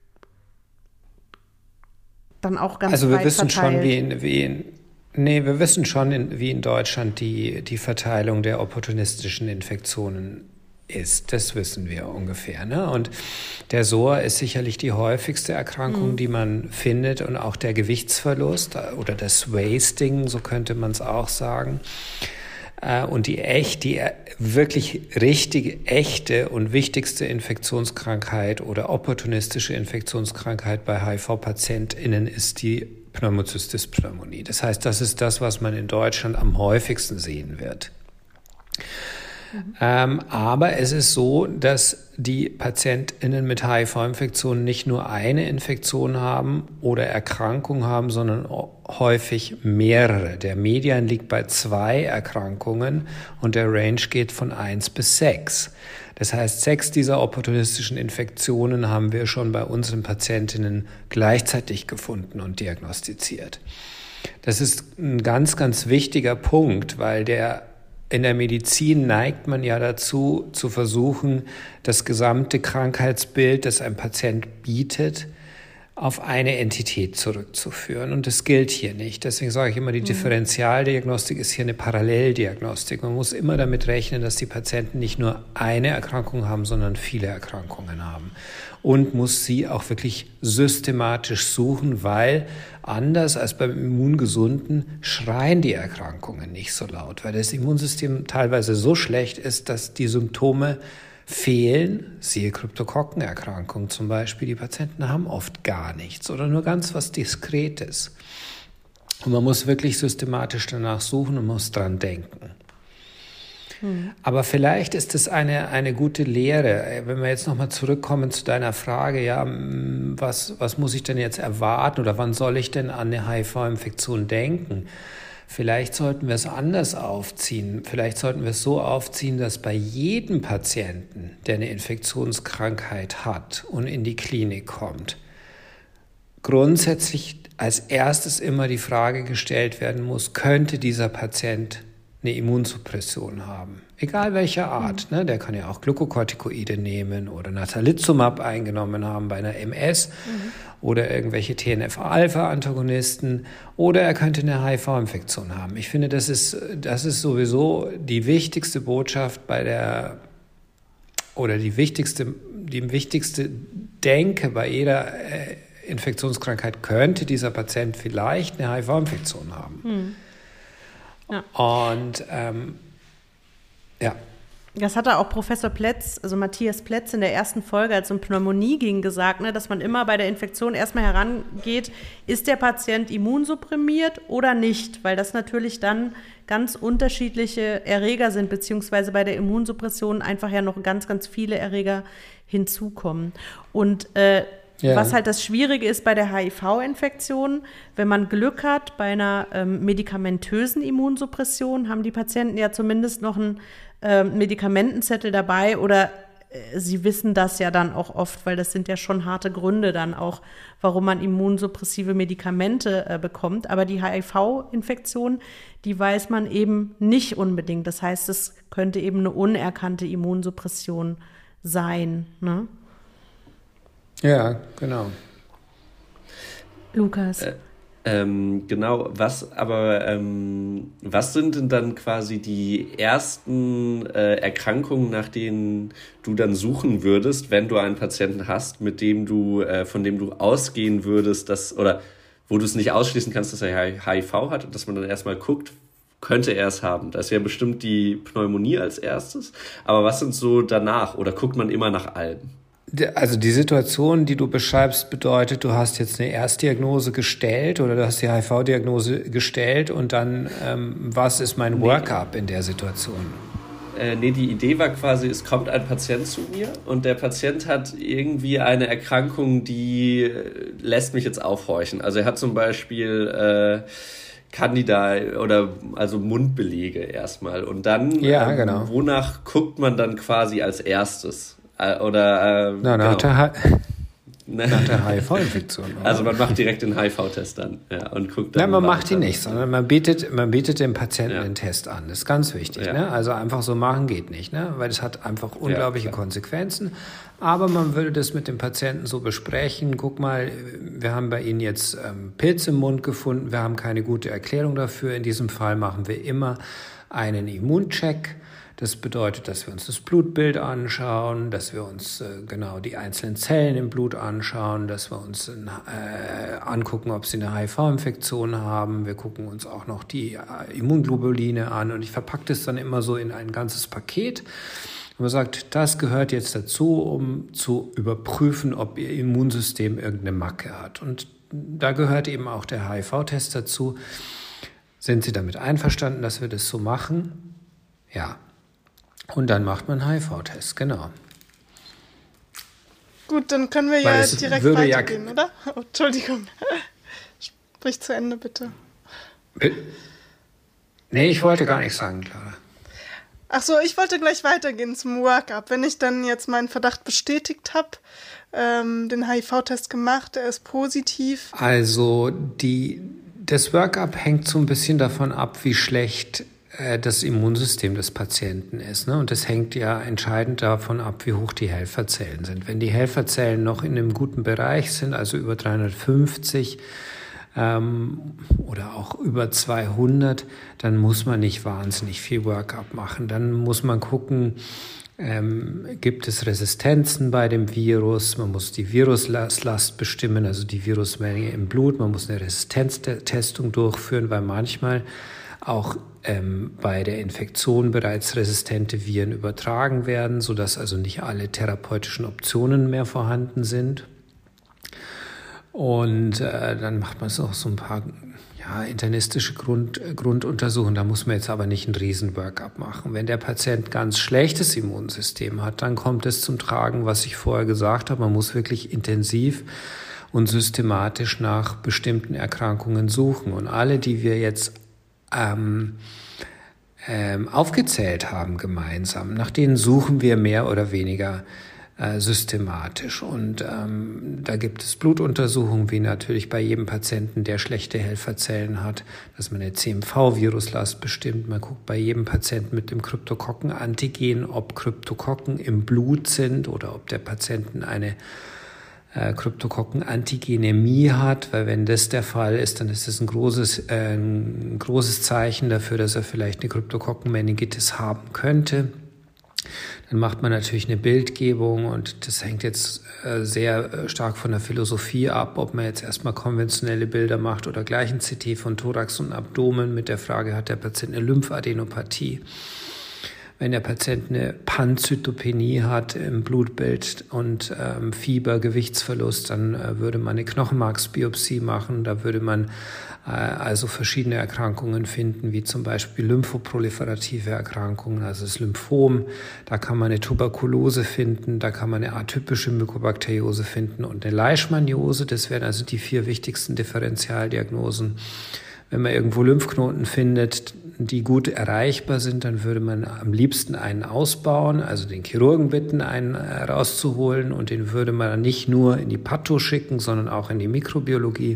Speaker 2: dann auch ganz
Speaker 1: Also wir
Speaker 2: weit
Speaker 1: wissen
Speaker 2: verteilt?
Speaker 1: schon, wie in, wie in nee, wir wissen schon, in, wie in Deutschland die, die Verteilung der opportunistischen Infektionen ist. Das wissen wir ungefähr. Ne? Und der S O A ist sicherlich die häufigste Erkrankung, mhm. die man findet, und auch der Gewichtsverlust oder das Wasting, so könnte man es auch sagen. Und die echt, die wirklich richtige, echte und wichtigste Infektionskrankheit oder opportunistische Infektionskrankheit bei H I V-PatientInnen ist die Pneumocystis pneumoniae. Das heißt, das ist das, was man in Deutschland am häufigsten sehen wird. Mhm. Ähm, aber es ist so, dass die PatientInnen mit H I V-Infektionen nicht nur eine Infektion haben oder Erkrankung haben, sondern häufig mehrere. Der Median liegt bei zwei Erkrankungen und der Range geht von eins bis sechs. Das heißt, sechs dieser opportunistischen Infektionen haben wir schon bei unseren Patientinnen gleichzeitig gefunden und diagnostiziert. Das ist ein ganz, ganz wichtiger Punkt, weil der in der Medizin neigt man ja dazu, zu versuchen, das gesamte Krankheitsbild, das ein Patient bietet, auf eine Entität zurückzuführen. Und das gilt hier nicht. Deswegen sage ich immer, die Differentialdiagnostik ist hier eine Paralleldiagnostik. Man muss immer damit rechnen, dass die Patienten nicht nur eine Erkrankung haben, sondern viele Erkrankungen haben. Und muss sie auch wirklich systematisch suchen, weil anders als beim Immungesunden schreien die Erkrankungen nicht so laut, weil das Immunsystem teilweise so schlecht ist, dass die Symptome fehlen, siehe Kryptokokkenerkrankung zum Beispiel. Die Patienten haben oft gar nichts oder nur ganz was Diskretes. Und man muss wirklich systematisch danach suchen und muss dran denken. Hm. Aber vielleicht ist es eine, eine gute Lehre. Wenn wir jetzt nochmal zurückkommen zu deiner Frage, ja, was, was muss ich denn jetzt erwarten oder wann soll ich denn an eine H I V-Infektion denken? Vielleicht sollten wir es anders aufziehen. Vielleicht sollten wir es so aufziehen, dass bei jedem Patienten, der eine Infektionskrankheit hat und in die Klinik kommt, grundsätzlich als erstes immer die Frage gestellt werden muss, könnte dieser Patient eine Immunsuppression haben? Egal welcher Art. Mhm. Ne? Der kann ja auch Glukokortikoide nehmen oder Natalizumab eingenommen haben bei einer M S mhm. oder irgendwelche T N F-Alpha-Antagonisten oder er könnte eine H I V-Infektion haben. Ich finde, das ist, das ist sowieso die wichtigste Botschaft bei der oder die wichtigste, die wichtigste Denke bei jeder äh, Infektionskrankheit, könnte dieser Patient vielleicht eine H I V-Infektion haben. Mhm. Ja. Und ähm, ja.
Speaker 2: Das hatte auch Professor Plätz, also Matthias Plätz in der ersten Folge, als es um Pneumonie ging, gesagt, ne, dass man immer bei der Infektion erstmal herangeht, ist der Patient immunsupprimiert oder nicht, weil das natürlich dann ganz unterschiedliche Erreger sind, beziehungsweise bei der Immunsuppression einfach ja noch ganz, ganz viele Erreger hinzukommen. Und äh, Ja. was halt das Schwierige ist bei der H I V-Infektion, wenn man Glück hat, bei einer ähm, medikamentösen Immunsuppression haben die Patienten ja zumindest noch einen äh, Medikamentenzettel dabei oder äh, sie wissen das ja dann auch oft, weil das sind ja schon harte Gründe dann auch, warum man immunsuppressive Medikamente äh, bekommt. Aber die H I V-Infektion, die weiß man eben nicht unbedingt. Das heißt, es könnte eben eine unerkannte Immunsuppression sein, ne?
Speaker 1: Ja, genau.
Speaker 2: Lukas.
Speaker 4: Äh, ähm, genau, was aber, ähm, was sind denn dann quasi die ersten äh, Erkrankungen, nach denen du dann suchen würdest, wenn du einen Patienten hast, mit dem du, äh, von dem du ausgehen würdest, dass, oder wo du es nicht ausschließen kannst, dass er H I V hat und dass man dann erstmal guckt, könnte er es haben. Das wäre bestimmt die Pneumonie als erstes. Aber was sind so danach? Oder guckt man immer nach allen?
Speaker 1: Also die Situation, die du beschreibst, bedeutet, du hast jetzt eine Erstdiagnose gestellt oder du hast die H I V-Diagnose gestellt und dann, ähm, was ist mein Workup in der Situation?
Speaker 4: Äh, nee, die Idee war quasi, es kommt ein Patient zu mir und der Patient hat irgendwie eine Erkrankung, die lässt mich jetzt aufhorchen. Also er hat zum Beispiel äh, Candida oder also Mundbelege erstmal und dann,
Speaker 1: ja,
Speaker 4: ähm,
Speaker 1: genau.
Speaker 4: wonach guckt man dann quasi als erstes? Oder, äh,
Speaker 1: Na, nach,
Speaker 4: genau.
Speaker 1: der nach der H I V-Infektion. Oder?
Speaker 4: Also man macht direkt den H I V-Test dann, ja, und guckt dann.
Speaker 1: Nein, man macht ihn nicht, sondern man bietet, man bietet dem Patienten
Speaker 4: ja.
Speaker 1: den Test an. Das ist ganz wichtig.
Speaker 4: Ja.
Speaker 1: Ne? Also einfach so machen geht nicht, ne? Weil das hat einfach unglaubliche ja, Konsequenzen. Aber man würde das mit dem Patienten so besprechen. Guck mal, wir haben bei Ihnen jetzt ähm, Pilz im Mund gefunden. Wir haben keine gute Erklärung dafür. In diesem Fall machen wir immer einen Immuncheck. Das bedeutet, dass wir uns das Blutbild anschauen, dass wir uns äh, genau die einzelnen Zellen im Blut anschauen, dass wir uns äh, angucken, ob sie eine H I V-Infektion haben. Wir gucken uns auch noch die äh, Immunglobuline an und ich verpacke das dann immer so in ein ganzes Paket. Und man sagt, das gehört jetzt dazu, um zu überprüfen, ob Ihr Immunsystem irgendeine Macke hat. Und da gehört eben auch der H I V-Test dazu. Sind Sie damit einverstanden, dass wir das so machen? Ja. Und dann macht man H I V-Test, genau.
Speaker 3: Gut, dann können wir
Speaker 1: Weil
Speaker 3: ja
Speaker 1: es
Speaker 3: direkt
Speaker 1: würde ja-
Speaker 3: weitergehen, oder? Oh, Entschuldigung. Sprich zu Ende, bitte.
Speaker 1: Nee, ich wollte gar nichts sagen, Clara.
Speaker 3: Ach so, ich wollte gleich weitergehen zum Workup. Wenn ich dann jetzt meinen Verdacht bestätigt habe, ähm, den H I V-Test gemacht, er ist positiv.
Speaker 1: Also die, das Workup hängt so ein bisschen davon ab, wie schlecht äh, das Immunsystem des Patienten ist. Ne? Und das hängt ja entscheidend davon ab, wie hoch die Helferzellen sind. Wenn die Helferzellen noch in einem guten Bereich sind, also über dreihundertfünfzig, Ähm, oder auch über zweihundert, dann muss man nicht wahnsinnig viel Workup machen. Dann muss man gucken, ähm, gibt es Resistenzen bei dem Virus? Man muss die Viruslast bestimmen, also die Virusmenge im Blut. Man muss eine Resistenztestung durchführen, weil manchmal auch ähm, bei der Infektion bereits resistente Viren übertragen werden, sodass also nicht alle therapeutischen Optionen mehr vorhanden sind. Und äh, dann macht man auch so ein paar ja, internistische Grund, Grunduntersuchungen. Da muss man jetzt aber nicht einen riesen Workup machen. Wenn der Patient ganz schlechtes Immunsystem hat, dann kommt es zum Tragen, was ich vorher gesagt habe. Man muss wirklich intensiv und systematisch nach bestimmten Erkrankungen suchen. Und alle, die wir jetzt ähm, ähm, aufgezählt haben gemeinsam, nach denen suchen wir mehr oder weniger systematisch. Und ähm, da gibt es Blutuntersuchungen, wie natürlich bei jedem Patienten, der schlechte Helferzellen hat, dass man eine C M V-Viruslast bestimmt. Man guckt bei jedem Patienten mit dem Kryptokokken-Antigen, ob Kryptokokken im Blut sind oder ob der Patient eine äh, Kryptokokken-Antigenemie hat, weil wenn das der Fall ist, dann ist das ein großes, äh, ein großes Zeichen dafür, dass er vielleicht eine Kryptokokken-Meningitis haben könnte. Dann macht man natürlich eine Bildgebung und das hängt jetzt äh, sehr äh, stark von der Philosophie ab, ob man jetzt erstmal konventionelle Bilder macht oder gleich ein C T von Thorax und Abdomen mit der Frage, hat der Patient eine Lymphadenopathie? Wenn der Patient eine Panzytopenie hat im Blutbild und ähm, Fieber, Gewichtsverlust, dann äh, würde man eine Knochenmarksbiopsie machen. Da würde man äh, also verschiedene Erkrankungen finden, wie zum Beispiel lymphoproliferative Erkrankungen, also das Lymphom. Da kann man eine Tuberkulose finden, da kann man eine atypische Mykobakteriose finden und eine Leishmaniose. Das wären also die vier wichtigsten Differentialdiagnosen. Wenn man irgendwo Lymphknoten findet, die gut erreichbar sind, dann würde man am liebsten einen ausbauen, also den Chirurgen bitten, einen rauszuholen und den würde man nicht nur in die Patho schicken, sondern auch in die Mikrobiologie.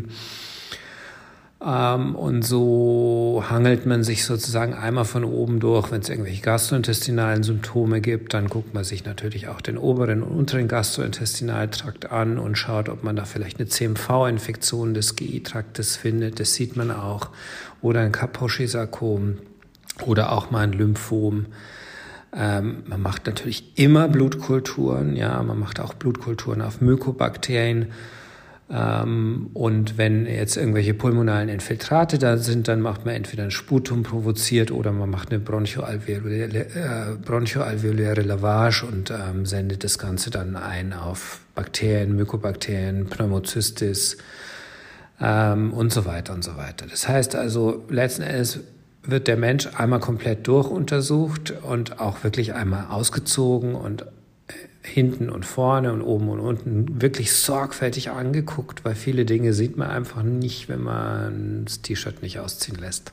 Speaker 1: Ähm, und so hangelt man sich sozusagen einmal von oben durch. Wenn es irgendwelche gastrointestinalen Symptome gibt, dann guckt man sich natürlich auch den oberen und unteren Gastrointestinaltrakt an und schaut, ob man da vielleicht eine C M V-Infektion des G I-Traktes findet. Das sieht man auch. Oder ein Kaposi-Sarkom oder auch mal ein Lymphom. Ähm, man macht natürlich immer Blutkulturen. Ja, man macht auch Blutkulturen auf Mykobakterien. Ähm, und wenn jetzt irgendwelche pulmonalen Infiltrate da sind, dann macht man entweder ein Sputum provoziert oder man macht eine bronchoalveoläre, äh, bronchoalveoläre Lavage und ähm, sendet das Ganze dann ein auf Bakterien, Mykobakterien, Pneumocystis ähm, und so weiter und so weiter. Das heißt also, letzten Endes wird der Mensch einmal komplett durchuntersucht und auch wirklich einmal ausgezogen und hinten und vorne und oben und unten wirklich sorgfältig angeguckt, weil viele Dinge sieht man einfach nicht, wenn man das T-Shirt nicht ausziehen lässt.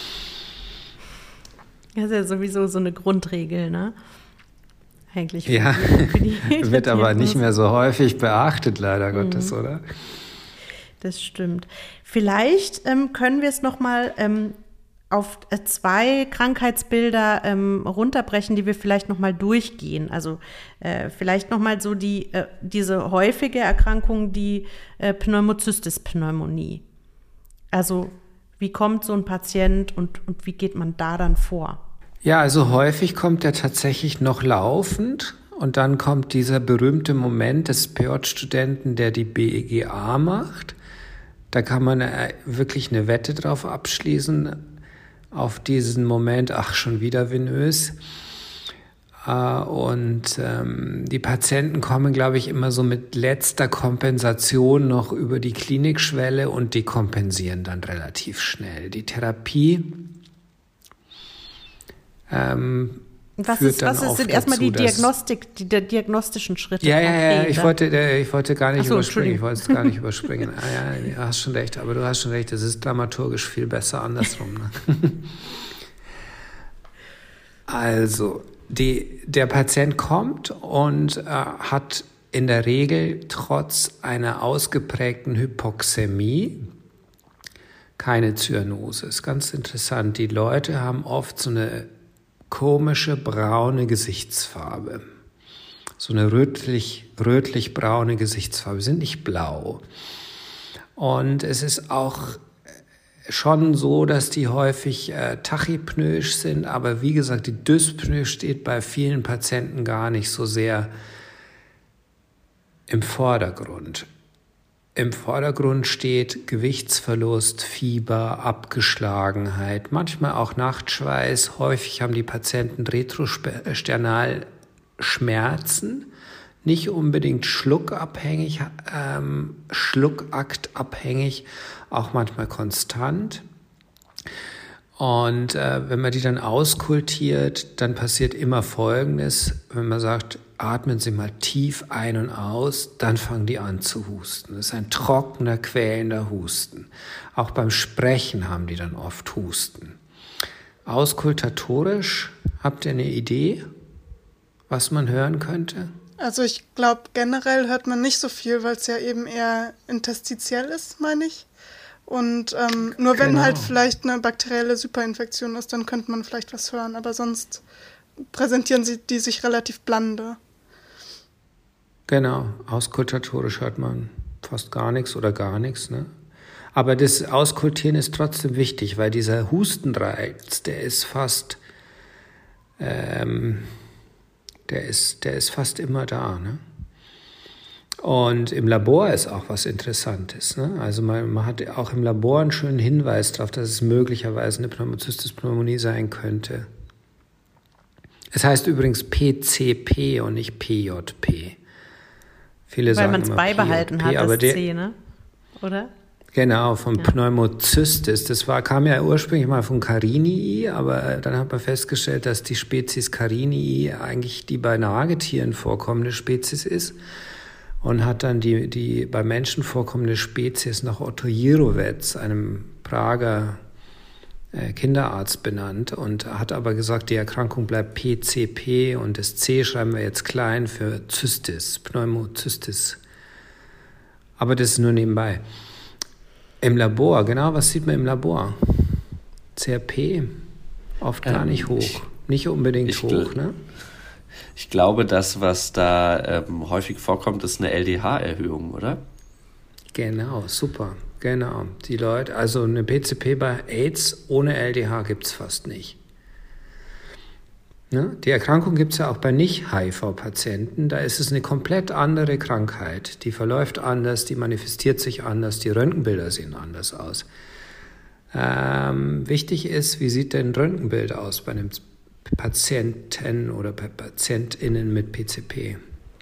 Speaker 2: Das ist ja sowieso so eine Grundregel, ne? Eigentlich.
Speaker 1: Ja,
Speaker 2: für die, für die
Speaker 1: wird aber nicht mehr so häufig beachtet, leider mhm. Gottes, oder?
Speaker 2: Das stimmt. Vielleicht ähm, können wir es nochmal ähm, auf zwei Krankheitsbilder ähm, runterbrechen, die wir vielleicht nochmal durchgehen. Also äh, vielleicht nochmal so die, äh, diese häufige Erkrankung, die äh, Pneumocystis-Pneumonie. Also wie kommt so ein Patient und, und wie geht man da dann vor?
Speaker 1: Ja, also häufig kommt er tatsächlich noch laufend und dann kommt dieser berühmte Moment des P J-Studenten, der die B E G A macht. Da kann man äh, wirklich eine Wette drauf abschließen, auf diesen Moment, ach, schon wieder venös. Und ähm, die Patienten kommen, glaube ich, immer so mit letzter Kompensation noch über die Klinikschwelle und dekompensieren dann relativ schnell. Die Therapie ähm,
Speaker 2: Was
Speaker 1: führt
Speaker 2: ist,
Speaker 1: dann
Speaker 2: was ist,
Speaker 1: oft
Speaker 2: sind erstmal die
Speaker 1: dazu, dass-
Speaker 2: Diagnostik, die, die diagnostischen Schritte?
Speaker 1: Ja, ja, ja,
Speaker 2: konkret,
Speaker 1: ich
Speaker 2: ne?
Speaker 1: wollte, äh, ich wollte gar nicht
Speaker 2: Ach so,
Speaker 1: überspringen, ich
Speaker 2: Entschuldigung.
Speaker 1: wollte es gar nicht überspringen. Ah, ja, du hast schon recht, aber du hast schon recht, es ist dramaturgisch viel besser andersrum. Ne? Also, die, der Patient kommt und äh, hat in der Regel trotz einer ausgeprägten Hypoxämie keine Zyanose. Ist ganz interessant. Die Leute haben oft so eine komische braune Gesichtsfarbe. So eine rötlich, rötlich-braune Gesichtsfarbe. Sind nicht blau. Und es ist auch schon so, dass die häufig äh, tachypnoisch sind. Aber wie gesagt, die Dyspnoe steht bei vielen Patienten gar nicht so sehr im Vordergrund. Im Vordergrund steht Gewichtsverlust, Fieber, Abgeschlagenheit, manchmal auch Nachtschweiß. Häufig haben die Patienten Retrosternalschmerzen, nicht unbedingt schluckabhängig, ähm, schluckaktabhängig, auch manchmal konstant. Und äh, wenn man die dann auskultiert, dann passiert immer Folgendes, wenn man sagt, atmen Sie mal tief ein und aus, dann fangen die an zu husten. Das ist ein trockener, quälender Husten. Auch beim Sprechen haben die dann oft Husten. Auskultatorisch, habt ihr eine Idee, was man hören könnte?
Speaker 3: Also ich glaube, generell hört man nicht so viel, weil es ja eben eher interstitiell ist, meine ich. Und ähm, nur wenn
Speaker 1: Genau.
Speaker 3: halt vielleicht eine bakterielle Superinfektion ist, dann könnte man vielleicht was hören. Aber sonst präsentieren sie die sich relativ blande.
Speaker 1: Genau, auskultatorisch hört man fast gar nichts oder gar nichts. Ne? Aber das Auskultieren ist trotzdem wichtig, weil dieser Hustenreiz, der ist fast, ähm, der ist, der ist fast immer da. Ne? Und im Labor ist auch was Interessantes. Ne? Also man, man hat auch im Labor einen schönen Hinweis darauf, dass es möglicherweise eine Pneumocystis-Pneumonie sein könnte. Es heißt übrigens P C P und nicht P J P. Viele
Speaker 2: Weil
Speaker 1: sagen
Speaker 2: man es
Speaker 1: immer
Speaker 2: beibehalten
Speaker 1: P J P,
Speaker 2: hat,
Speaker 1: aber
Speaker 2: das
Speaker 1: der,
Speaker 2: C, ne? Oder?
Speaker 1: Genau, vom
Speaker 2: Ja.
Speaker 1: Pneumocystis. Das war, kam ja ursprünglich mal von Carinii, aber dann hat man festgestellt, dass die Spezies Carinii eigentlich die bei Nagetieren vorkommende Spezies ist und hat dann die, die bei Menschen vorkommende Spezies nach Otto Jirovec, einem Prager äh, Kinderarzt, benannt und hat aber gesagt, die Erkrankung bleibt P C P und das C schreiben wir jetzt klein für Zystis, Pneumocystis. Aber das ist nur nebenbei. Im Labor, genau, was sieht man im Labor? C R P, oft gar
Speaker 4: Ähm,
Speaker 1: nicht hoch,
Speaker 4: ich-
Speaker 1: nicht unbedingt
Speaker 4: ich
Speaker 1: hoch,
Speaker 4: gl-
Speaker 1: ne?
Speaker 4: Ich glaube, das, was da ähm, häufig vorkommt, ist eine L D H-Erhöhung, oder?
Speaker 1: Genau, super, genau. Die Leute, also eine P C P bei AIDS ohne L D H gibt es fast nicht. Ne? Die Erkrankung gibt es ja auch bei Nicht-H I V-Patienten. Da ist es eine komplett andere Krankheit. Die verläuft anders, die manifestiert sich anders, die Röntgenbilder sehen anders aus. Ähm, wichtig ist, wie sieht denn ein Röntgenbild aus bei einem Patienten oder bei PatientInnen mit P C P?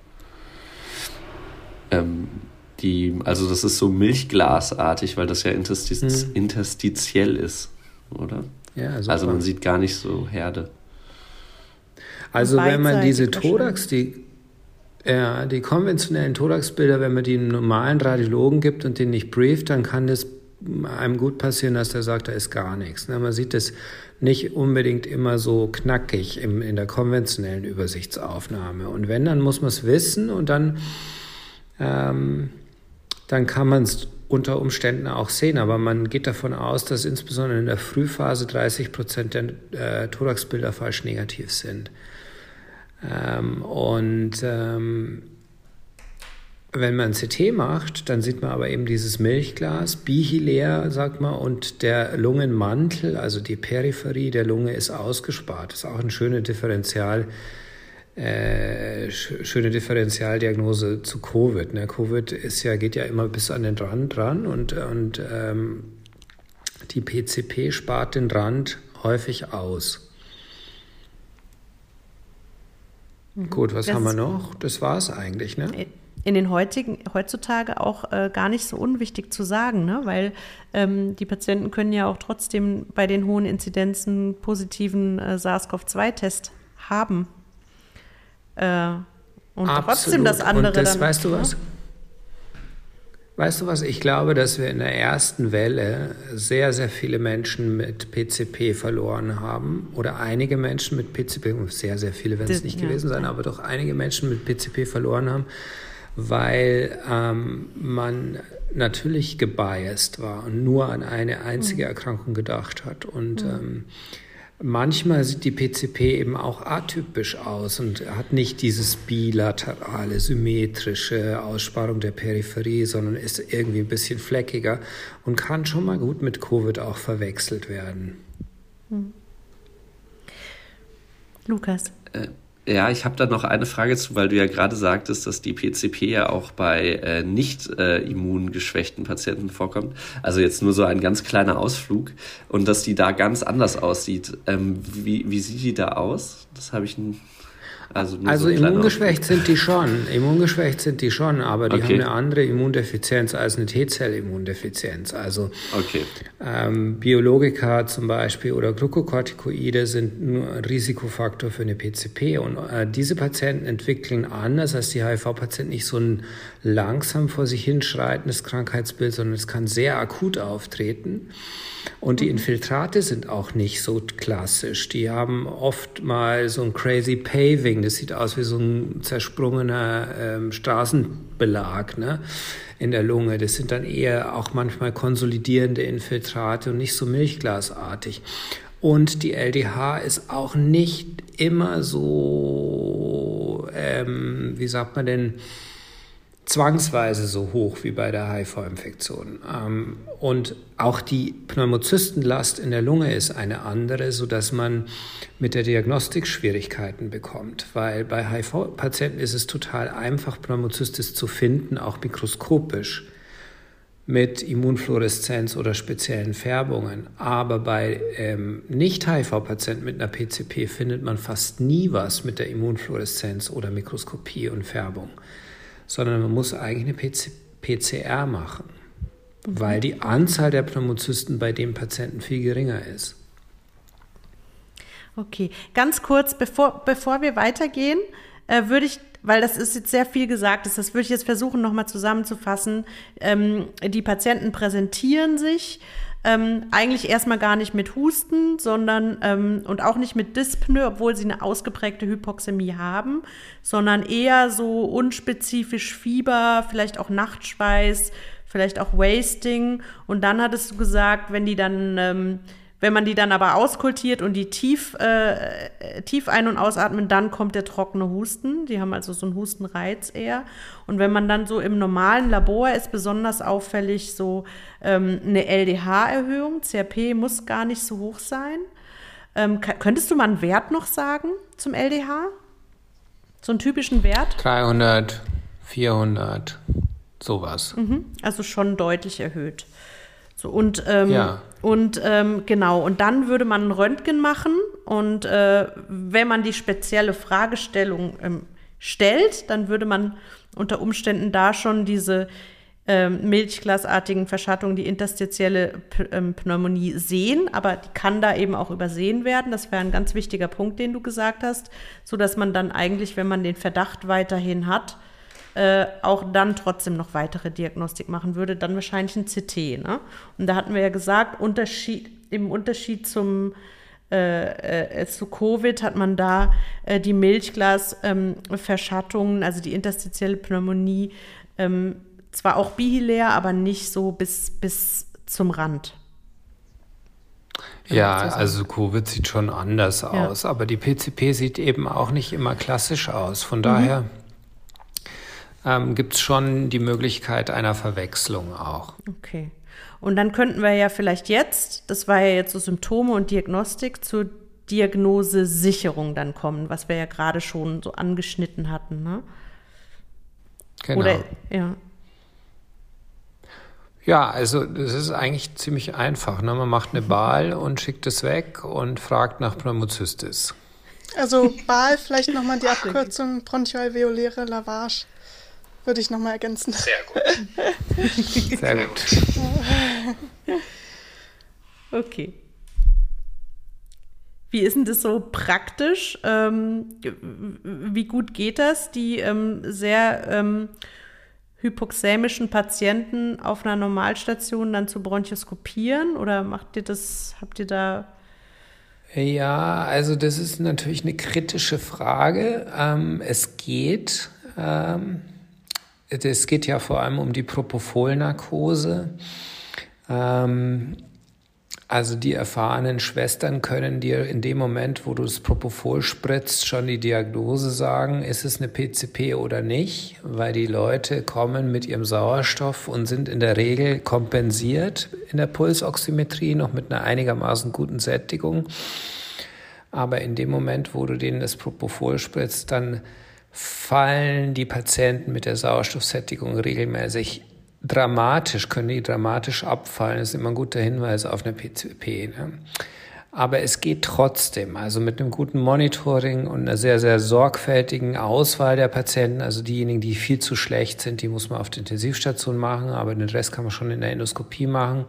Speaker 4: Ähm, die, also das ist so milchglasartig, weil das ja interstiz-
Speaker 1: Hm.
Speaker 4: interstitiell ist, oder?
Speaker 1: Ja, super.
Speaker 4: Also man sieht gar nicht so Herde.
Speaker 1: Also wenn man diese
Speaker 2: Beidseitig
Speaker 1: Thorax, die, ja, die konventionellen Thoraxbilder, wenn man die einem normalen Radiologen gibt und den nicht brieft, dann kann das einem gut passieren, dass der sagt, da ist gar nichts. Ne? Man sieht das nicht unbedingt immer so knackig im, in der konventionellen Übersichtsaufnahme. Und wenn, dann muss man es wissen und dann, ähm, dann kann man es unter Umständen auch sehen. Aber man geht davon aus, dass insbesondere in der Frühphase dreißig Prozent der äh, Thoraxbilder falsch negativ sind. Ähm, und ähm, wenn man C T macht, dann sieht man aber eben dieses Milchglas, bihilär, sagt man, und der Lungenmantel, also die Peripherie der Lunge ist ausgespart. Das ist auch eine schöne Differential, äh, sch- schöne Differentialdiagnose zu Covid. Ne? Covid ist ja, geht ja immer bis an den Rand ran und, und ähm, die P C P spart den Rand häufig aus. Gut, was
Speaker 2: Das
Speaker 1: haben wir
Speaker 2: ist-
Speaker 1: noch? Das war es eigentlich, ne?
Speaker 2: In den heutigen, heutzutage auch äh, gar nicht so unwichtig zu sagen, ne? Weil ähm, die Patienten können ja auch trotzdem bei den hohen Inzidenzen positiven äh, SARS-CoV zwei Test haben. Äh, und
Speaker 1: Absolut.
Speaker 2: trotzdem das andere
Speaker 1: und das,
Speaker 2: dann.
Speaker 1: Weißt du
Speaker 2: ne?
Speaker 1: was? Weißt du was? Ich glaube, dass wir in der ersten Welle sehr, sehr viele Menschen mit P C P verloren haben. Oder einige Menschen mit P C P, sehr, sehr viele werden es nicht
Speaker 2: ja,
Speaker 1: gewesen sein,
Speaker 2: ja.
Speaker 1: aber doch einige Menschen mit P C P verloren haben, weil ähm, man natürlich gebiased war und nur an eine einzige mhm. Erkrankung gedacht hat. Und mhm. ähm, manchmal sieht die P C P eben auch atypisch aus und hat nicht dieses bilaterale, symmetrische Aussparung der Peripherie, sondern ist irgendwie ein bisschen fleckiger und kann schon mal gut mit Covid auch verwechselt werden.
Speaker 2: Hm. Lukas?
Speaker 4: Äh, ja, ich habe da noch eine Frage zu, weil du ja gerade sagtest, dass die P C P ja auch bei äh, nicht äh, immungeschwächten Patienten vorkommt. Also jetzt nur so ein ganz kleiner Ausflug und dass die da ganz anders aussieht. Ähm, wie, wie sieht die da aus? Das habe ich n- also nur
Speaker 1: Also
Speaker 4: so ein kleiner
Speaker 1: immungeschwächt
Speaker 4: Ausflug.
Speaker 1: sind die schon, immungeschwächt sind die schon, aber die
Speaker 4: Okay.
Speaker 1: haben eine andere Immundefizienz als eine T-Zell-Immundefizienz. Also
Speaker 4: Okay.
Speaker 1: ähm, Biologika zum Beispiel oder Glukokortikoide sind nur ein Risikofaktor für eine P C P und äh, diese Patienten entwickeln anders als die H I V-Patienten nicht so ein langsam vor sich hinschreitendes Krankheitsbild, sondern es kann sehr akut auftreten. Und die Infiltrate sind auch nicht so klassisch. Die haben oft mal so ein crazy paving. Das sieht aus wie so ein zersprungener ähm, Straßenbelag, ne, in der Lunge. Das sind dann eher auch manchmal konsolidierende Infiltrate und nicht so milchglasartig. Und die L D H ist auch nicht immer so, ähm, wie sagt man denn, zwangsweise so hoch wie bei der H I V-Infektion. Ähm, und auch die Pneumozystenlast in der Lunge ist eine andere, sodass man mit der Diagnostik Schwierigkeiten bekommt. Weil bei H I V-Patienten ist es total einfach, Pneumozystis zu finden, auch mikroskopisch, mit Immunfluoreszenz oder speziellen Färbungen. Aber bei ähm, Nicht-H I V-Patienten mit einer P C P findet man fast nie was mit der Immunfluoreszenz oder Mikroskopie und Färbung. Sondern man muss eigentlich eine P C R machen, mhm. weil die Anzahl der Pneumozysten bei dem Patienten viel geringer ist.
Speaker 2: Okay, ganz kurz, bevor, bevor wir weitergehen, äh, würde ich, weil das ist jetzt sehr viel gesagt, ist, das würde ich jetzt versuchen, nochmal zusammenzufassen. Ähm, die Patienten präsentieren sich ähm, eigentlich erstmal gar nicht mit Husten, sondern ähm, und auch nicht mit Dyspnoe, obwohl sie eine ausgeprägte Hypoxämie haben, sondern eher so unspezifisch Fieber, vielleicht auch Nachtschweiß, vielleicht auch Wasting. Und dann hattest du gesagt, wenn die dann ähm, Wenn man die dann aber auskultiert und die tief, äh, tief ein- und ausatmen, dann kommt der trockene Husten. Die haben also so einen Hustenreiz eher. Und wenn man dann so im normalen Labor ist, besonders auffällig so ähm, eine L D H-Erhöhung. C R P muss gar nicht so hoch sein. Ähm, k- könntest du mal einen Wert noch sagen zum L D H? So einen typischen Wert?
Speaker 1: dreihundert, vierhundert, sowas.
Speaker 2: Mhm. Also schon deutlich erhöht. So, und ähm,
Speaker 1: Ja.
Speaker 2: Und ähm, genau, und dann würde man ein Röntgen machen und äh, wenn man die spezielle Fragestellung ähm, stellt, dann würde man unter Umständen da schon diese ähm, milchglasartigen Verschattungen, die interstitielle P- ähm, Pneumonie sehen, aber die kann da eben auch übersehen werden. Das wäre ein ganz wichtiger Punkt, den du gesagt hast, sodass man dann eigentlich, wenn man den Verdacht weiterhin hat, Äh, auch dann trotzdem noch weitere Diagnostik machen würde, dann wahrscheinlich ein C T. Ne? Und da hatten wir ja gesagt, Unterschied, im Unterschied zum, äh, äh, zu Covid hat man da äh, die Milchglasverschattungen, ähm, also die interstitielle Pneumonie, ähm, zwar auch bihilär, aber nicht so bis, bis zum Rand.
Speaker 1: Ja, also Covid sieht schon anders
Speaker 2: Ja.
Speaker 1: aus, aber die P C P sieht eben auch nicht immer klassisch aus. Von daher
Speaker 2: Mhm.
Speaker 1: ähm, gibt es schon die Möglichkeit einer Verwechslung auch.
Speaker 2: Okay. Und dann könnten wir ja vielleicht jetzt, das war ja jetzt so Symptome und Diagnostik, zur Diagnosesicherung dann kommen, was wir ja gerade schon so angeschnitten hatten, ne?
Speaker 1: Genau.
Speaker 2: Oder, ja.
Speaker 1: Ja, also das ist eigentlich ziemlich einfach. Ne? Man macht eine B A L und schickt es weg und fragt nach Pneumozystis.
Speaker 3: Also B A L, vielleicht nochmal die Abkürzung bronchoalveoläre Lavage, würde ich nochmal ergänzen.
Speaker 5: Sehr gut.
Speaker 1: Sehr gut.
Speaker 2: Okay. Wie ist denn das so praktisch? Ähm, wie gut geht das, die ähm, sehr ähm, hypoxämischen Patienten auf einer Normalstation dann zu bronchoskopieren? Oder macht ihr das, habt ihr da...
Speaker 1: Ja, also das ist natürlich eine kritische Frage. Ähm, es geht, ähm, es geht ja vor allem um die Propofol-Narkose. Ähm, Also die erfahrenen Schwestern können dir in dem Moment, wo du das Propofol spritzt, schon die Diagnose sagen, ist es eine P C P oder nicht, weil die Leute kommen mit ihrem Sauerstoff und sind in der Regel kompensiert in der Pulsoximetrie, noch mit einer einigermaßen guten Sättigung. Aber in dem Moment, wo du denen das Propofol spritzt, dann fallen die Patienten mit der Sauerstoffsättigung regelmäßig dramatisch, können die dramatisch abfallen. Das ist immer ein guter Hinweis auf eine P C P. Ne? Aber es geht trotzdem, also mit einem guten Monitoring und einer sehr, sehr sorgfältigen Auswahl der Patienten, also diejenigen, die viel zu schlecht sind, die muss man auf der Intensivstation machen, aber den Rest kann man schon in der Endoskopie machen.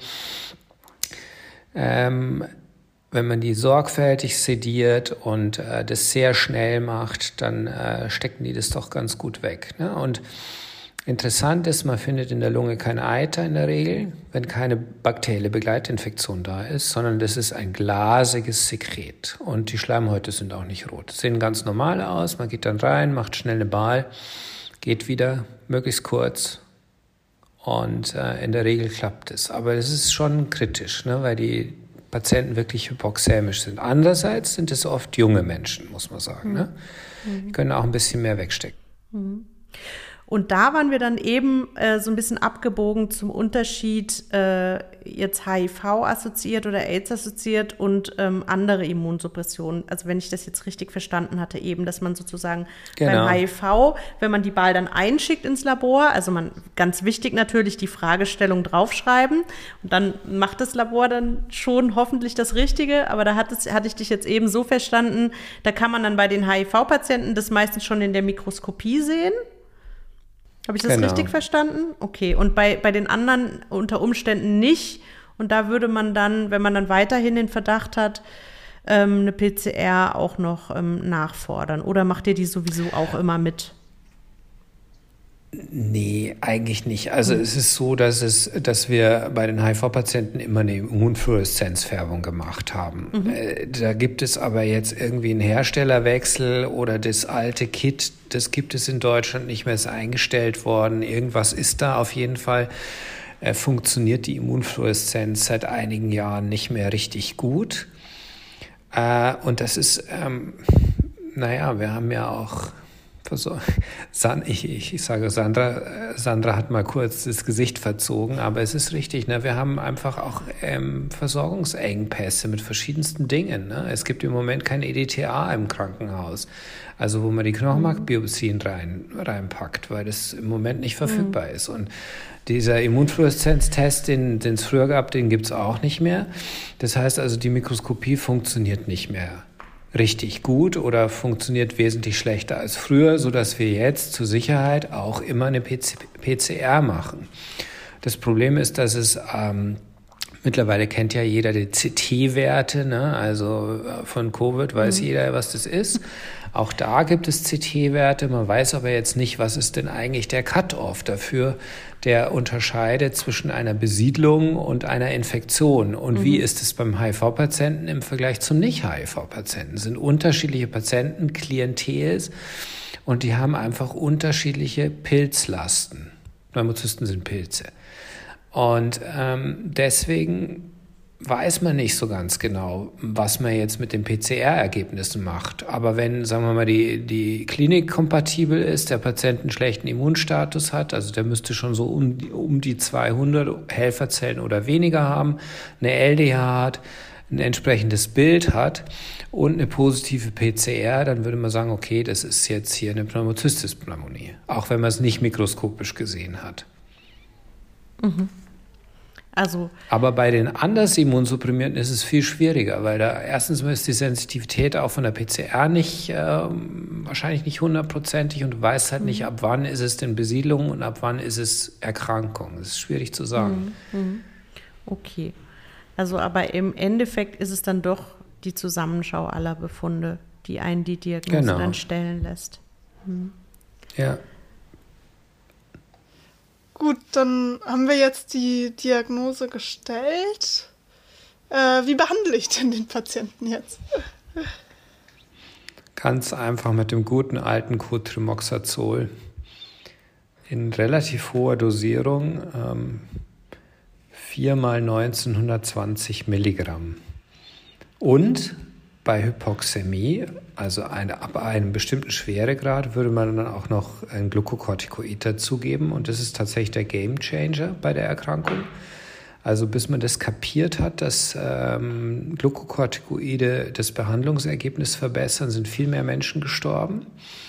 Speaker 1: Ähm, wenn man die sorgfältig sediert und äh, das sehr schnell macht, dann äh, stecken die das doch ganz gut weg. Ne? Und interessant ist, man findet in der Lunge kein Eiter in der Regel, wenn keine bakterielle Begleitinfektion da ist, sondern das ist ein glasiges Sekret. Und die Schleimhäute sind auch nicht rot. Sehen ganz normal aus, man geht dann rein, macht schnell eine Bal, geht wieder, möglichst kurz. Und äh, in der Regel klappt es. Aber es ist schon kritisch, ne, weil die Patienten wirklich hypoxämisch sind. Andererseits sind es oft junge Menschen, muss man sagen. Ne? Die können auch ein bisschen mehr wegstecken.
Speaker 2: Mhm. Und da waren wir dann eben äh, so ein bisschen abgebogen zum Unterschied äh, jetzt H I V-assoziiert oder AIDS-assoziiert und ähm, andere Immunsuppressionen. Also wenn ich das jetzt richtig verstanden hatte, eben, dass man sozusagen genau. beim H I V, wenn man die Bal dann einschickt ins Labor, also man ganz wichtig natürlich die Fragestellung draufschreiben und dann macht das Labor dann schon hoffentlich das Richtige, aber da hat es, hatte ich dich jetzt eben so verstanden, da kann man dann bei den H I V-Patienten das meistens schon in der Mikroskopie sehen. Habe ich das genau. richtig verstanden? Okay, und bei, bei den anderen unter Umständen nicht. Und da würde man dann, wenn man dann weiterhin den Verdacht hat, ähm, eine P C R auch noch ähm, nachfordern. Oder macht ihr die sowieso auch immer mit?
Speaker 1: Nee, eigentlich nicht. Also mhm. es ist so, dass es, dass wir bei den H I V-Patienten immer eine Immunfluoreszenzfärbung gemacht haben. Mhm. Äh, da gibt es aber jetzt irgendwie einen Herstellerwechsel oder das alte Kit, das gibt es in Deutschland nicht mehr, ist eingestellt worden. Irgendwas ist da auf jeden Fall. Äh, funktioniert die Immunfluoreszenz seit einigen Jahren nicht mehr richtig gut. Äh, und das ist, ähm, naja, wir haben ja auch Ich, ich, ich sage, Sandra, Sandra hat mal kurz das Gesicht verzogen, aber es ist richtig, ne? Wir haben einfach auch ähm, Versorgungsengpässe mit verschiedensten Dingen. Ne? Es gibt im Moment kein E D T A im Krankenhaus, also wo man die Knochenmarkbiopsien rein, reinpackt, weil das im Moment nicht verfügbar mhm. ist. Und dieser Immunfluoreszenztest, den es früher gab, den gibt es auch nicht mehr. Das heißt also, die Mikroskopie funktioniert nicht mehr richtig gut oder funktioniert wesentlich schlechter als früher, sodass wir jetzt zur Sicherheit auch immer eine P C R machen. Das Problem ist, dass es ähm, mittlerweile kennt ja jeder die C T-Werte, ne? Also von Covid weiß mhm. jeder, was das ist. Auch da gibt es C T-Werte, man weiß aber jetzt nicht, was ist denn eigentlich der Cut-off dafür, der unterscheidet zwischen einer Besiedlung und einer Infektion. Und mhm. wie ist es beim H I V-Patienten im Vergleich zum Nicht-H I V-Patienten? Es sind unterschiedliche Patienten, Klientels, und die haben einfach unterschiedliche Pilzlasten. Pneumozysten sind Pilze. Und ähm, deswegen weiß man nicht so ganz genau, was man jetzt mit den P C R-Ergebnissen macht. Aber wenn, sagen wir mal, die, die Klinik kompatibel ist, der Patient einen schlechten Immunstatus hat, also der müsste schon so um, um die zweihundert Helferzellen oder weniger haben, eine L D H hat, ein entsprechendes Bild hat und eine positive P C R, dann würde man sagen, okay, das ist jetzt hier eine Pneumocystis-Pneumonie, auch wenn man es nicht mikroskopisch gesehen hat.
Speaker 2: Mhm. Also,
Speaker 1: aber bei den anders Immunsupprimierten ist es viel schwieriger, weil da erstens ist die Sensitivität auch von der P C R nicht, äh, wahrscheinlich nicht hundertprozentig, und du weißt halt mhm. nicht, ab wann ist es denn Besiedlung und ab wann ist es Erkrankung. Das ist schwierig zu sagen.
Speaker 2: Mhm. Okay. Also aber im Endeffekt ist es dann doch die Zusammenschau aller Befunde, die einen die Diagnose
Speaker 1: Genau.
Speaker 2: dann stellen lässt. Hm.
Speaker 1: Ja.
Speaker 3: Gut, dann haben wir jetzt die Diagnose gestellt. Äh, wie behandle ich denn den Patienten jetzt?
Speaker 1: Ganz einfach mit dem guten alten Cotrimoxazol in relativ hoher Dosierung, ähm, vier mal neunzehnhundertzwanzig Milligramm. Und bei Hypoxämie, also eine, ab einem bestimmten Schweregrad, würde man dann auch noch ein Glukokortikoid dazugeben. Und das ist tatsächlich der Gamechanger bei der Erkrankung. Also bis man das kapiert hat, dass ähm, Glukokortikoide das Behandlungsergebnis verbessern, sind viel mehr Menschen gestorben.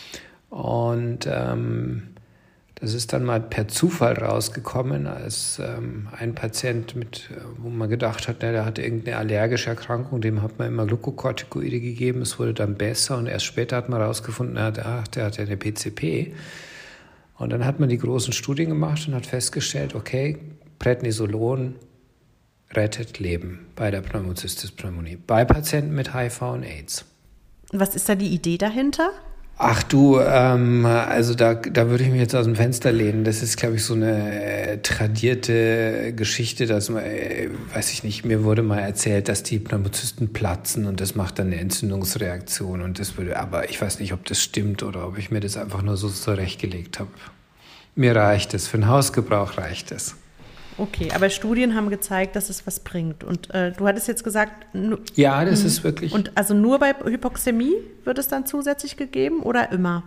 Speaker 1: Und ähm, das ist dann mal per Zufall rausgekommen, als ähm, ein Patient, mit, wo man gedacht hat, na, der hat irgendeine allergische Erkrankung, dem hat man immer Glukokortikoide gegeben, es wurde dann besser und erst später hat man rausgefunden, ach, der hat ja eine P C P. Und dann hat man die großen Studien gemacht und hat festgestellt, okay, Prednisolon rettet Leben bei der Pneumocystis pneumoniae, bei Patienten mit H I V und AIDS.
Speaker 2: Was ist da die Idee dahinter?
Speaker 1: Ach du, ähm, also da, da würde ich mich jetzt aus dem Fenster lehnen. Das ist, glaube ich, so eine äh, tradierte Geschichte, dass man, äh, weiß ich nicht, mir wurde mal erzählt, dass die Pneumozysten platzen und das macht dann eine Entzündungsreaktion und das würde, aber ich weiß nicht, ob das stimmt oder ob ich mir das einfach nur so zurechtgelegt habe. Mir reicht es, für den Hausgebrauch reicht es.
Speaker 2: Okay, aber Studien haben gezeigt, dass es was bringt. Und äh, du hattest jetzt gesagt... Nu-
Speaker 1: Ja, das ist wirklich...
Speaker 2: Und also nur bei Hypoxämie wird es dann zusätzlich gegeben oder immer?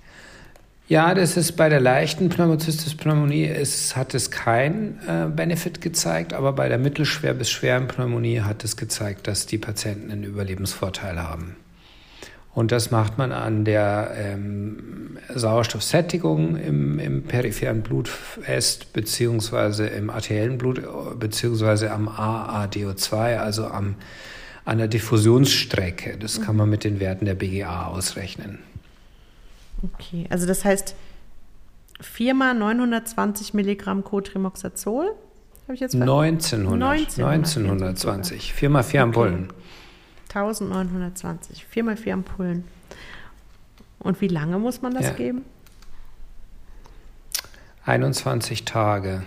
Speaker 1: Ja, das ist bei der leichten Pneumocystis pneumoniae, es hat es keinen äh, Benefit gezeigt, aber bei der mittelschwer bis schweren Pneumonie hat es gezeigt, dass die Patienten einen Überlebensvorteil haben. Und das macht man an der ähm, Sauerstoffsättigung im, im peripheren Blut fest, beziehungsweise im arteriellen Blut, beziehungsweise am A A D O zwei, also am, an der Diffusionsstrecke. Das kann man mit den Werten der B G A ausrechnen.
Speaker 2: Okay, also das heißt viermal neunhundertzwanzig Milligramm Cotrimoxazol, habe ich jetzt ver-
Speaker 1: neunzehnhundert, neunzehnhundertzwanzig, vier mal vier Ampullen.
Speaker 2: neunzehnhundertzwanzig, vier mal vier Ampullen. Und wie lange muss man das
Speaker 1: Ja.
Speaker 2: geben?
Speaker 1: einundzwanzig Tage.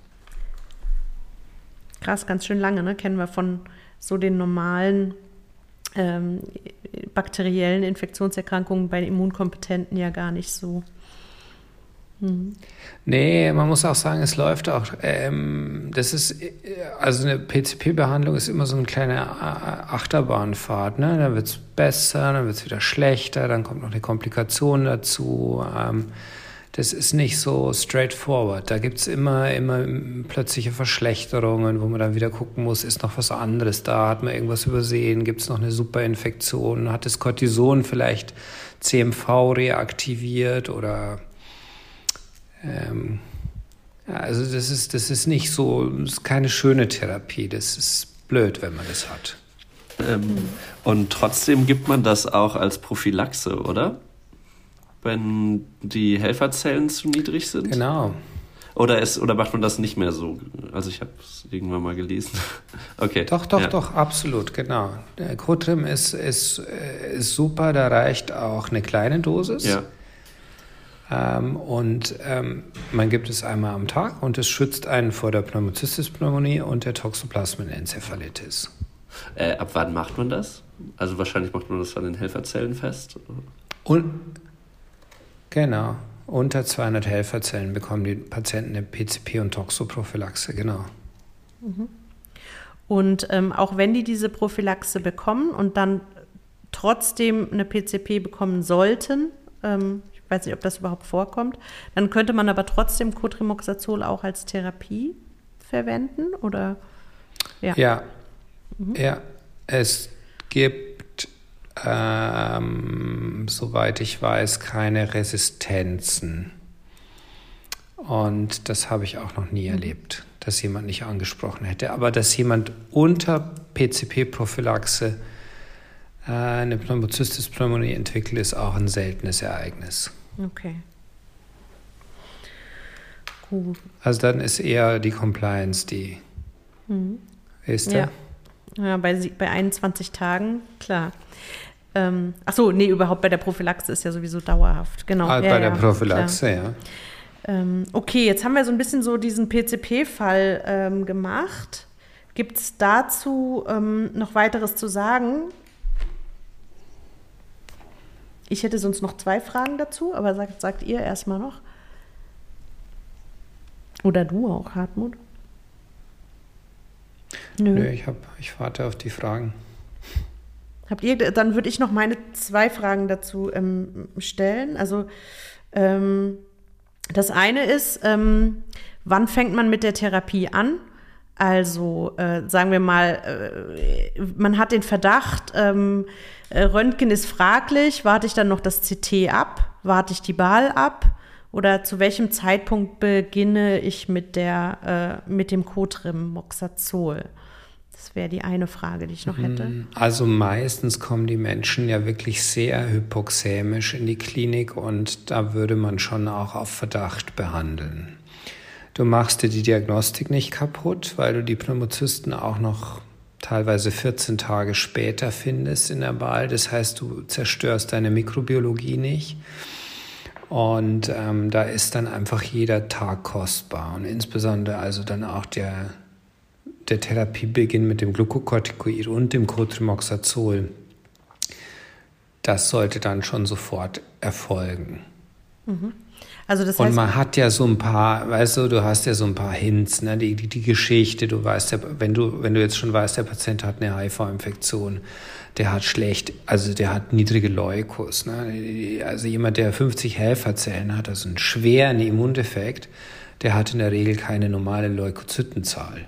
Speaker 2: Krass, ganz schön lange, ne? Kennen wir von so den normalen ähm, bakteriellen Infektionserkrankungen bei Immunkompetenten ja gar nicht so. Hm.
Speaker 1: Nee, man muss auch sagen, es läuft auch, ähm, das ist, äh, also eine P C P-Behandlung ist immer so eine kleine A- Achterbahnfahrt, ne? Dann wird es besser, dann wird es wieder schlechter, dann kommt noch eine Komplikation dazu. Ähm, das ist nicht so straightforward. Da gibt es immer, immer plötzliche Verschlechterungen, wo man dann wieder gucken muss, ist noch was anderes da, hat man irgendwas übersehen, gibt es noch eine Superinfektion, hat das Cortison vielleicht C M V reaktiviert oder Ähm, ja, also das ist, das ist nicht so, das ist keine schöne Therapie, das ist blöd, wenn man das hat.
Speaker 4: Ähm, und trotzdem gibt man das auch als Prophylaxe, oder? Wenn die Helferzellen zu niedrig sind?
Speaker 1: Genau.
Speaker 4: Oder, ist, oder macht man das nicht mehr so? Also ich habe es irgendwann mal gelesen. Okay.
Speaker 1: Doch, doch,
Speaker 4: ja.
Speaker 1: doch, absolut, genau. Der Cotrim ist, ist, ist super, da reicht auch eine kleine Dosis.
Speaker 4: Ja.
Speaker 1: Ähm, und ähm, man gibt es einmal am Tag und es schützt einen vor der Pneumocystis pneumoniae und der Toxoplasmenenzephalitis.
Speaker 4: Äh, ab wann macht man das? Also wahrscheinlich macht man das an den Helferzellen fest.
Speaker 1: Und genau, unter zweihundert Helferzellen bekommen die Patienten eine P C P- und Toxoprophylaxe, genau.
Speaker 2: Und ähm, auch wenn die diese Prophylaxe bekommen und dann trotzdem eine P C P bekommen sollten, ähm, ich weiß nicht, ob das überhaupt vorkommt, dann könnte man aber trotzdem Cotrimoxazol auch als Therapie verwenden, oder? Ja.
Speaker 1: Ja, mhm. ja. Es gibt, ähm, soweit ich weiß, keine Resistenzen. Und das habe ich auch noch nie mhm. erlebt, dass jemand nicht angesprochen hätte. Aber dass jemand unter P C P-Prophylaxe äh, eine Pneumocystis pneumoniae entwickelt, ist auch ein seltenes Ereignis.
Speaker 2: Okay. Gut.
Speaker 1: Also dann ist eher die Compliance die. Mhm. Ist
Speaker 2: ja. Ja, bei, bei einundzwanzig Tagen, klar. Ähm, ach so, nee, überhaupt bei der Prophylaxe ist ja sowieso dauerhaft. Genau.
Speaker 1: Ah,
Speaker 2: ja,
Speaker 1: bei der
Speaker 2: ja,
Speaker 1: Prophylaxe, klar. ja.
Speaker 2: Ähm, okay, jetzt haben wir so ein bisschen so diesen P C P-Fall ähm, gemacht. Gibt es dazu ähm, noch weiteres zu sagen? Ich hätte sonst noch zwei Fragen dazu, aber sagt, sagt ihr erstmal noch. Oder du auch, Hartmut?
Speaker 1: Nö, Nö ich, hab, ich warte auf die Fragen.
Speaker 2: Habt ihr, dann würde ich noch meine zwei Fragen dazu ähm, stellen. Also ähm, das eine ist, ähm, wann fängt man mit der Therapie an? Also äh, sagen wir mal, äh, man hat den Verdacht, ähm, Röntgen ist fraglich, warte ich dann noch das C T ab, warte ich die B A L ab oder zu welchem Zeitpunkt beginne ich mit, der, äh, mit dem Cotrimoxazol? Das wäre die eine Frage, die ich noch hätte.
Speaker 1: Also meistens kommen die Menschen ja wirklich sehr hypoxämisch in die Klinik und da würde man schon auch auf Verdacht behandeln. Du machst dir die Diagnostik nicht kaputt, weil du die Pneumozysten auch noch teilweise vierzehn Tage später findest in der B A L. Das heißt, du zerstörst deine Mikrobiologie nicht. Und ähm, da ist dann einfach jeder Tag kostbar. Und insbesondere also dann auch der, der Therapiebeginn mit dem Glucocorticoid und dem Cotrimoxazol. Das sollte dann schon sofort erfolgen.
Speaker 2: Mhm. Also das heißt,
Speaker 1: und man hat ja so ein paar, weißt du, du hast ja so ein paar Hints, ne, die, die, die Geschichte, du weißt ja, wenn du, wenn du jetzt schon weißt, der Patient hat eine H I V-Infektion, der hat schlecht, also der hat niedrige Leukos, ne, also jemand, der fünfzig Helferzellen hat, also einen schweren Immundefekt, der hat in der Regel keine normale Leukozytenzahl.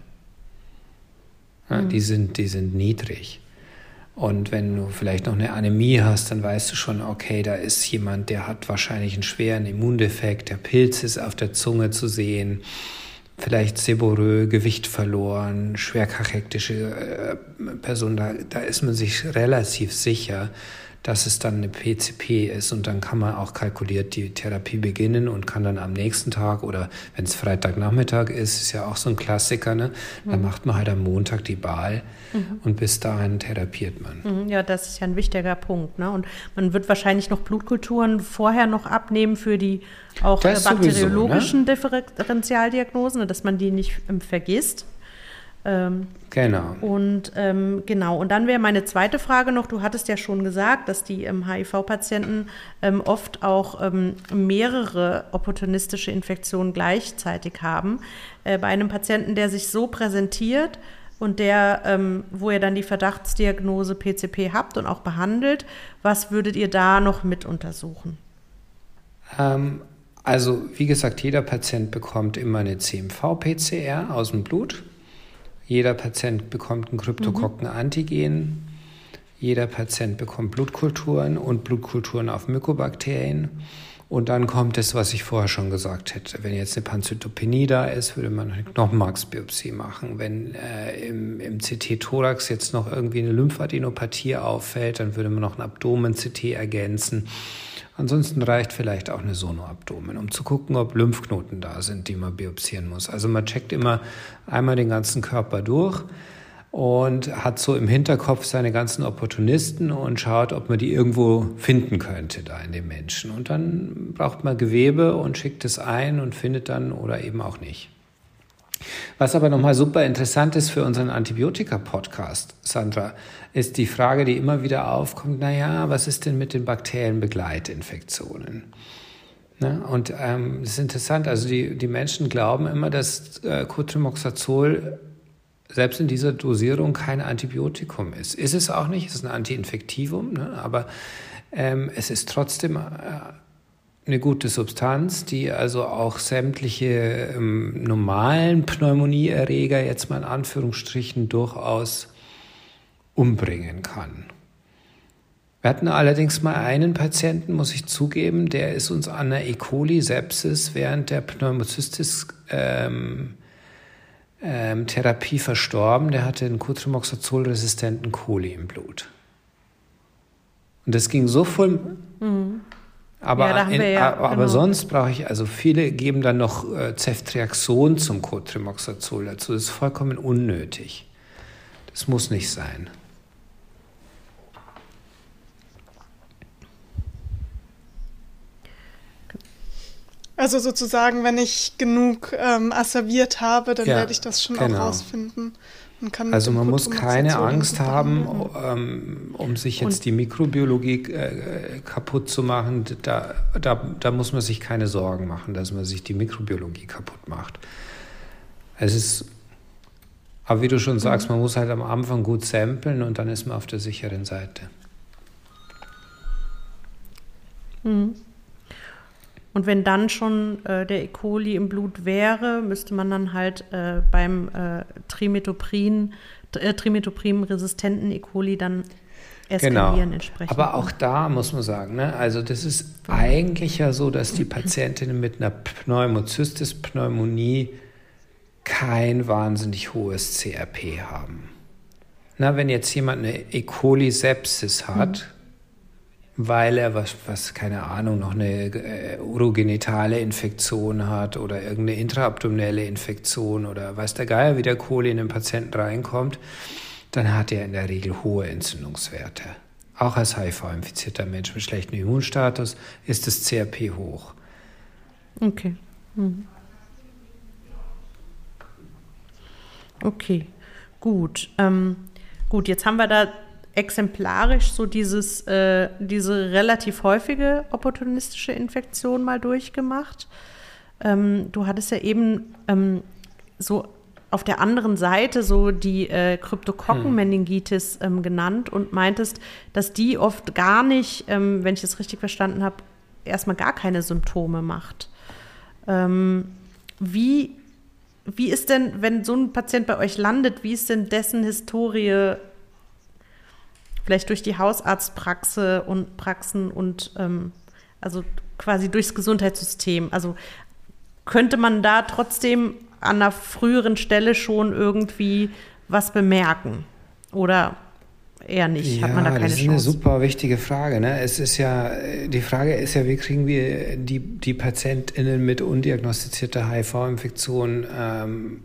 Speaker 1: Ja, mhm. die sind, die sind niedrig. Und wenn du vielleicht noch eine Anämie hast, dann weißt du schon, okay, da ist jemand, der hat wahrscheinlich einen schweren Immundefekt, der Pilz ist auf der Zunge zu sehen, vielleicht seborrhoe, Gewicht verloren, schwer kachektische äh, Person, da, da ist man sich relativ sicher, dass es dann eine P C P ist und dann kann man auch kalkuliert die Therapie beginnen und kann dann am nächsten Tag oder wenn es Freitagnachmittag ist, ist ja auch so ein Klassiker, ne? Dann mhm. macht man halt am Montag die B A L mhm. und bis dahin therapiert man.
Speaker 2: Ja, das ist ja ein wichtiger Punkt, ne? Und man wird wahrscheinlich noch Blutkulturen vorher noch abnehmen für die auch
Speaker 1: das
Speaker 2: bakteriologischen
Speaker 1: sowieso, ne?
Speaker 2: Differentialdiagnosen, dass man die nicht ähm, vergisst. Ähm,
Speaker 1: genau.
Speaker 2: Und ähm, genau, und dann wäre meine zweite Frage noch, du hattest ja schon gesagt, dass die ähm, H I V-Patienten ähm, oft auch ähm, mehrere opportunistische Infektionen gleichzeitig haben. Äh, bei einem Patienten, der sich so präsentiert und der, ähm, wo ihr dann die Verdachtsdiagnose P C P habt und auch behandelt, was würdet ihr da noch mit untersuchen?
Speaker 1: Ähm, also wie gesagt, jeder Patient bekommt immer eine C M V-P C R aus dem Blut. Jeder Patient bekommt ein Kryptokokken-Antigen. Mhm. Jeder Patient bekommt Blutkulturen und Blutkulturen auf Mykobakterien. Und dann kommt es, was ich vorher schon gesagt hätte. Wenn jetzt eine Panzytopenie da ist, würde man eine Knochenmarksbiopsie machen. Wenn äh, im, im C T-Thorax jetzt noch irgendwie eine Lymphadenopathie auffällt, dann würde man noch ein Abdomen-C T ergänzen. Ansonsten reicht vielleicht auch eine Sonoabdomen, um zu gucken, ob Lymphknoten da sind, die man biopsieren muss. Also man checkt immer einmal den ganzen Körper durch und hat so im Hinterkopf seine ganzen Opportunisten und schaut, ob man die irgendwo finden könnte da in dem Menschen. Und dann braucht man Gewebe und schickt es ein und findet dann oder eben auch nicht. Was aber nochmal super interessant ist für unseren Antibiotika-Podcast, Sandra, ist die Frage, die immer wieder aufkommt, naja, was ist denn mit den Bakterienbegleitinfektionen? Ne? Und ähm, das ist interessant, also die, die Menschen glauben immer, dass äh, Cotrimoxazol selbst in dieser Dosierung kein Antibiotikum ist. Ist es auch nicht, es ist ein Antiinfektivum, ne? Aber ähm, es ist trotzdem äh, eine gute Substanz, die also auch sämtliche ähm, normalen Pneumonieerreger, jetzt mal in Anführungsstrichen, durchaus umbringen kann. Wir hatten allerdings mal einen Patienten, muss ich zugeben, der ist uns an einer E. coli-Sepsis während der Pneumocystis ähm, ähm, Therapie verstorben. Der hatte einen Cotrimoxazol-resistenten Coli im Blut. Und das ging so voll... Mhm. Aber,
Speaker 2: ja,
Speaker 1: in,
Speaker 2: ja,
Speaker 1: aber
Speaker 2: genau.
Speaker 1: sonst brauche ich, also viele geben dann noch äh, Ceftriaxon zum Cotrimoxazol dazu. Das ist vollkommen unnötig. Das muss nicht sein.
Speaker 3: Also sozusagen, wenn ich genug ähm, asserviert habe, dann
Speaker 1: ja,
Speaker 3: werde ich das schon
Speaker 1: genau.
Speaker 3: auch rausfinden. Und kann
Speaker 1: also man muss
Speaker 3: Kulturmixation
Speaker 1: keine Angst haben,
Speaker 3: behandeln.
Speaker 1: um, um sich jetzt und die Mikrobiologie äh, kaputt zu machen. Da, da, da muss man sich keine Sorgen machen, dass man sich die Mikrobiologie kaputt macht. Es ist, aber wie du schon sagst, mhm. man muss halt am Anfang gut samplen und dann ist man auf der sicheren Seite.
Speaker 2: Mhm. Und wenn dann schon äh, der E. coli im Blut wäre, müsste man dann halt äh, beim äh, Trimetoprim, äh, Trimetoprim-resistenten E. coli dann eskalieren
Speaker 1: genau.
Speaker 2: entsprechend.
Speaker 1: Aber auch da muss man sagen, ne? Also das ist eigentlich ja so, dass die Patientinnen mit einer Pneumocystis, Pneumonie kein wahnsinnig hohes C R P haben. Na, wenn jetzt jemand eine E. coli-Sepsis hat, mhm. weil er was, was, keine Ahnung, noch eine äh, urogenitale Infektion hat oder irgendeine intraabdominelle Infektion oder weiß der Geier, wie der Coli in den Patienten reinkommt, dann hat er in der Regel hohe Entzündungswerte. Auch als H I V-infizierter Mensch mit schlechtem Immunstatus ist das C R P hoch.
Speaker 2: Okay. Mhm. Okay, gut. Ähm, gut, jetzt haben wir da exemplarisch so dieses, äh, diese relativ häufige opportunistische Infektion mal durchgemacht. Ähm, du hattest ja eben ähm, so auf der anderen Seite so die äh, Kryptokokkenmeningitis ähm, genannt und meintest, dass die oft gar nicht, ähm, wenn ich es richtig verstanden habe, erstmal gar keine Symptome macht. Ähm, wie, wie ist denn, wenn so ein Patient bei euch landet, wie ist denn dessen Historie vielleicht durch die Hausarztpraxis und Praxen und ähm, also quasi durchs Gesundheitssystem? Also könnte man da trotzdem an einer früheren Stelle schon irgendwie was bemerken? Oder eher nicht?
Speaker 1: Ja,
Speaker 2: hat man da keine Chance?
Speaker 1: Das ist eine super wichtige Frage. Ne? Es ist ja, die Frage ist ja, wie kriegen wir die, die PatientInnen mit undiagnostizierter H I V-Infektion ähm,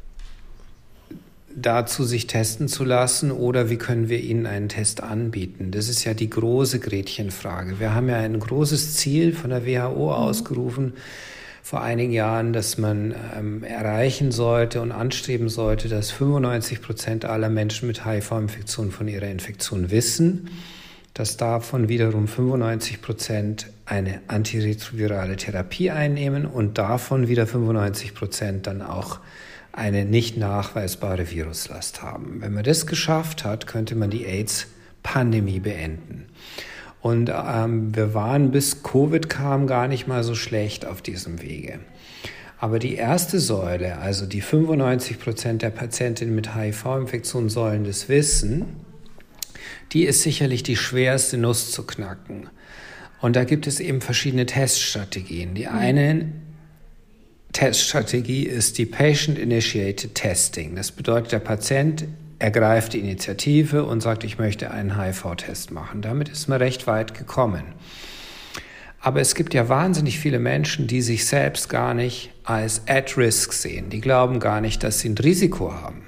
Speaker 1: dazu, sich testen zu lassen, oder wie können wir ihnen einen Test anbieten? Das ist ja die große Gretchenfrage. Wir haben ja ein großes Ziel von der W H O ausgerufen vor einigen Jahren, dass man ähm, erreichen sollte und anstreben sollte, dass fünfundneunzig Prozent aller Menschen mit H I V-Infektion von ihrer Infektion wissen, dass davon wiederum fünfundneunzig Prozent eine antiretrovirale Therapie einnehmen und davon wieder fünfundneunzig Prozent dann auch eine nicht nachweisbare Viruslast haben. Wenn man das geschafft hat, könnte man die AIDS-Pandemie beenden. Und ähm, wir waren, bis Covid kam, gar nicht mal so schlecht auf diesem Wege. Aber die erste Säule, also die fünfundneunzig Prozent der Patientinnen mit H I V-Infektion sollen das wissen, die ist sicherlich die schwerste Nuss zu knacken. Und da gibt es eben verschiedene Teststrategien. Die eine Teststrategie ist die Patient-Initiated Testing. Das bedeutet, der Patient ergreift die Initiative und sagt, ich möchte einen H I V-Test machen. Damit ist man recht weit gekommen. Aber es gibt ja wahnsinnig viele Menschen, die sich selbst gar nicht als at risk sehen. Die glauben gar nicht, dass sie ein Risiko haben.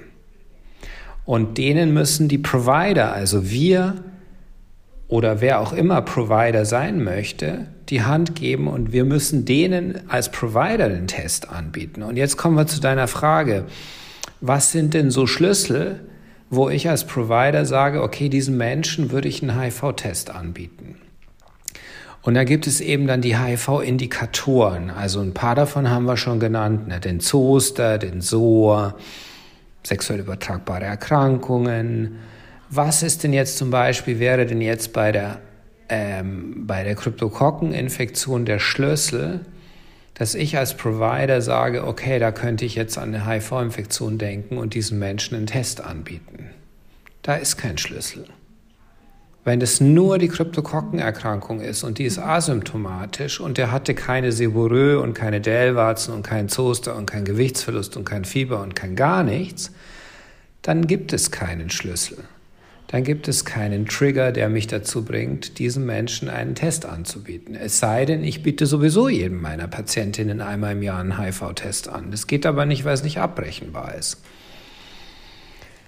Speaker 1: Und denen müssen die Provider, also wir oder wer auch immer Provider sein möchte, die Hand geben, und wir müssen denen als Provider den Test anbieten. Und jetzt kommen wir zu deiner Frage. Was sind denn so Schlüssel, wo ich als Provider sage, okay, diesen Menschen würde ich einen H I V-Test anbieten? Und da gibt es eben dann die H I V-Indikatoren. Also ein paar davon haben wir schon genannt, ne? Den Zoster, den S O A, sexuell übertragbare Erkrankungen. Was ist denn jetzt zum Beispiel, wäre denn jetzt bei der, ähm, bei der Kryptokokkeninfektion der Schlüssel, dass ich als Provider sage, okay, da könnte ich jetzt an eine H I V-Infektion denken und diesen Menschen einen Test anbieten. Da ist kein Schlüssel. Wenn das nur die Kryptokokkenerkrankung ist und die ist asymptomatisch und der hatte keine Seborrhoe und keine Dellwarzen und keinen Zoster und keinen Gewichtsverlust und kein Fieber und kein gar nichts, dann gibt es keinen Schlüssel. Dann gibt es keinen Trigger, der mich dazu bringt, diesem Menschen einen Test anzubieten. Es sei denn, ich biete sowieso jedem meiner Patientinnen einmal im Jahr einen H I V-Test an. Das geht aber nicht, weil es nicht abbrechenbar ist.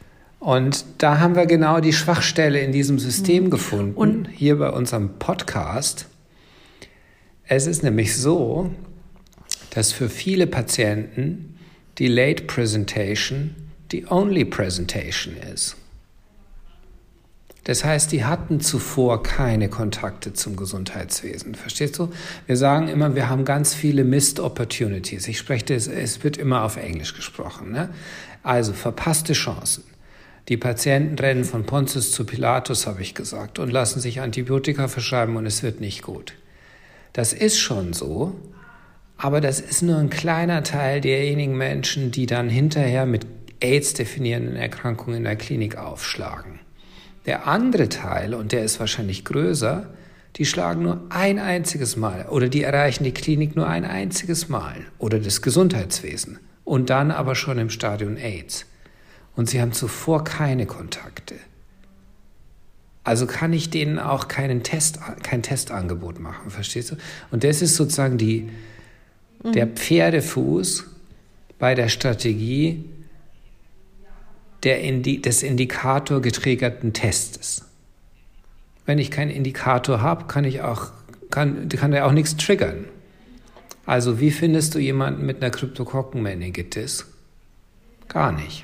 Speaker 1: Und da haben wir genau die Schwachstelle in diesem System gefunden, und hier bei unserem Podcast. Es ist nämlich so, dass für viele Patienten die Late Presentation die Only Presentation ist. Das heißt, die hatten zuvor keine Kontakte zum Gesundheitswesen. Verstehst du? Wir sagen immer, wir haben ganz viele Missed Opportunities. Ich spreche das, es wird immer auf Englisch gesprochen, ne? Also verpasste Chancen. Die Patienten rennen von Pontius zu Pilatus, habe ich gesagt, und lassen sich Antibiotika verschreiben und es wird nicht gut. Das ist schon so, aber das ist nur ein kleiner Teil derjenigen Menschen, die dann hinterher mit AIDS-definierenden Erkrankungen in der Klinik aufschlagen. Der andere Teil, und der ist wahrscheinlich größer, die schlagen nur ein einziges Mal oder die erreichen die Klinik nur ein einziges Mal oder das Gesundheitswesen und dann aber schon im Stadium AIDS. Und sie haben zuvor keine Kontakte. Also kann ich denen auch keinen Test, kein Testangebot machen, verstehst du? Und das ist sozusagen die, mhm. der Pferdefuß bei der Strategie der Indi- des Indikator getriggerten Testes. Wenn ich keinen Indikator habe, kann ich auch, kann, kann der auch nichts triggern. Also wie findest du jemanden mit einer Kryptokokkenmeningitis? Gar nicht.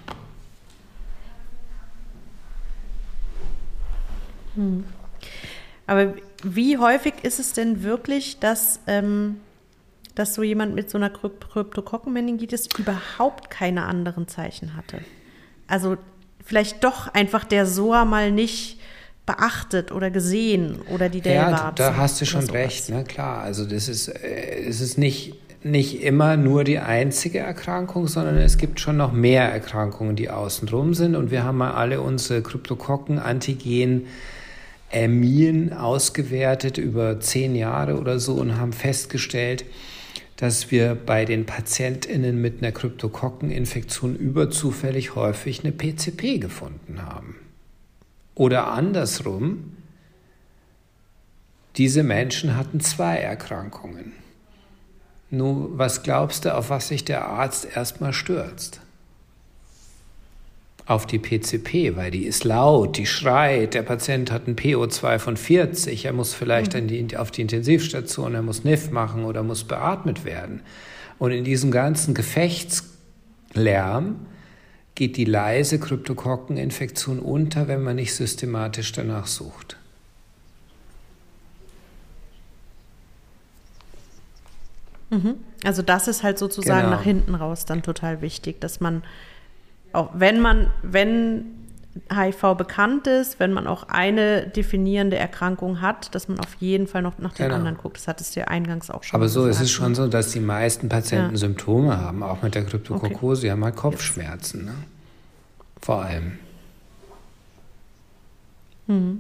Speaker 2: Hm. Aber wie häufig ist es denn wirklich, dass, ähm, dass so jemand mit so einer Kryptokokkenmeningitis überhaupt keine anderen Zeichen hatte? Also vielleicht doch einfach der S O A mal nicht beachtet oder gesehen oder die Delva.
Speaker 1: Ja, da hast du schon recht, ne? Klar. Also das ist, äh, es ist nicht, nicht immer nur die einzige Erkrankung, sondern es gibt schon noch mehr Erkrankungen, die außenrum sind. Und wir haben mal alle unsere Kryptokokken-Antigen Ermien ausgewertet über zehn Jahre oder so und haben festgestellt, dass wir bei den PatientInnen mit einer Kryptokokkeninfektion überzufällig häufig eine P C P gefunden haben. Oder andersrum, diese Menschen hatten zwei Erkrankungen. Nun, was glaubst du, auf was sich der Arzt erstmal stürzt? Auf die P C P, weil die ist laut, die schreit, der Patient hat ein P O zwei von vierzig, er muss vielleicht mhm. die, auf die Intensivstation, er muss N I F machen oder muss beatmet werden. Und in diesem ganzen Gefechtslärm geht die leise Kryptokokkeninfektion unter, wenn man nicht systematisch danach sucht.
Speaker 2: Mhm. Also das ist halt sozusagen genau. nach hinten raus dann total wichtig, dass man auch wenn man, wenn H I V bekannt ist, wenn man auch eine definierende Erkrankung hat, dass man auf jeden Fall noch nach den genau. anderen guckt. Das hattest du ja eingangs auch schon
Speaker 1: Aber so
Speaker 2: gesagt,
Speaker 1: ist es schon so, dass die meisten Patienten ja. Symptome haben, auch mit der Kryptokokkose. Okay. Die haben halt Kopfschmerzen, ne? Vor allem.
Speaker 2: Mhm.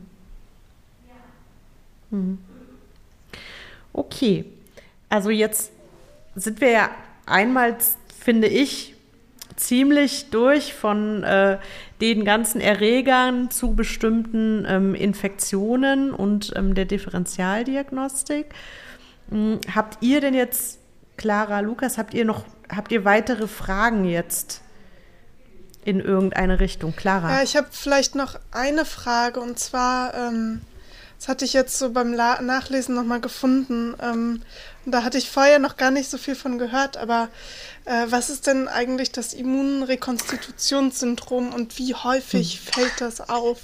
Speaker 2: Mhm. Okay. Also jetzt sind wir ja einmal, finde ich, ziemlich durch von äh, den ganzen Erregern zu bestimmten ähm, Infektionen und ähm, der Differentialdiagnostik. Ähm, habt ihr denn jetzt, Clara, Lukas, habt ihr noch, habt ihr weitere Fragen jetzt in irgendeine Richtung? Clara?
Speaker 3: Ja, ich habe vielleicht noch eine Frage und zwar, ähm, das hatte ich jetzt so beim La- Nachlesen nochmal gefunden. Ähm, und da hatte ich vorher noch gar nicht so viel von gehört, aber äh, was ist denn eigentlich das Immunrekonstitutionssyndrom und wie häufig hm. fällt das auf?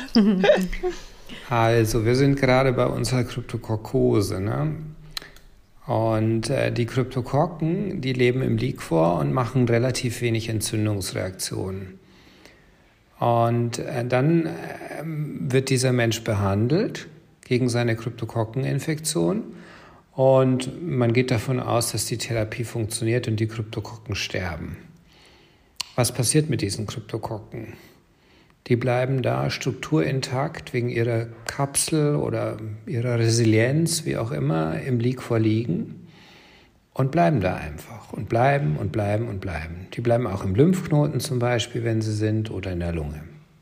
Speaker 1: Also, wir sind gerade bei unserer Kryptokokkose, ne? Und äh, die Kryptokokken, die leben im Liquor und machen relativ wenig Entzündungsreaktionen. Und äh, dann äh, wird dieser Mensch behandelt gegen seine Kryptokokkeninfektion und man geht davon aus, dass die Therapie funktioniert und die Kryptokokken sterben. Was passiert mit diesen Kryptokokken? Die bleiben da strukturintakt wegen ihrer Kapsel oder ihrer Resilienz, wie auch immer, im Liquor liegen und bleiben da einfach und bleiben und bleiben und bleiben. Die bleiben auch im Lymphknoten zum Beispiel, wenn sie sind, oder in der Lunge.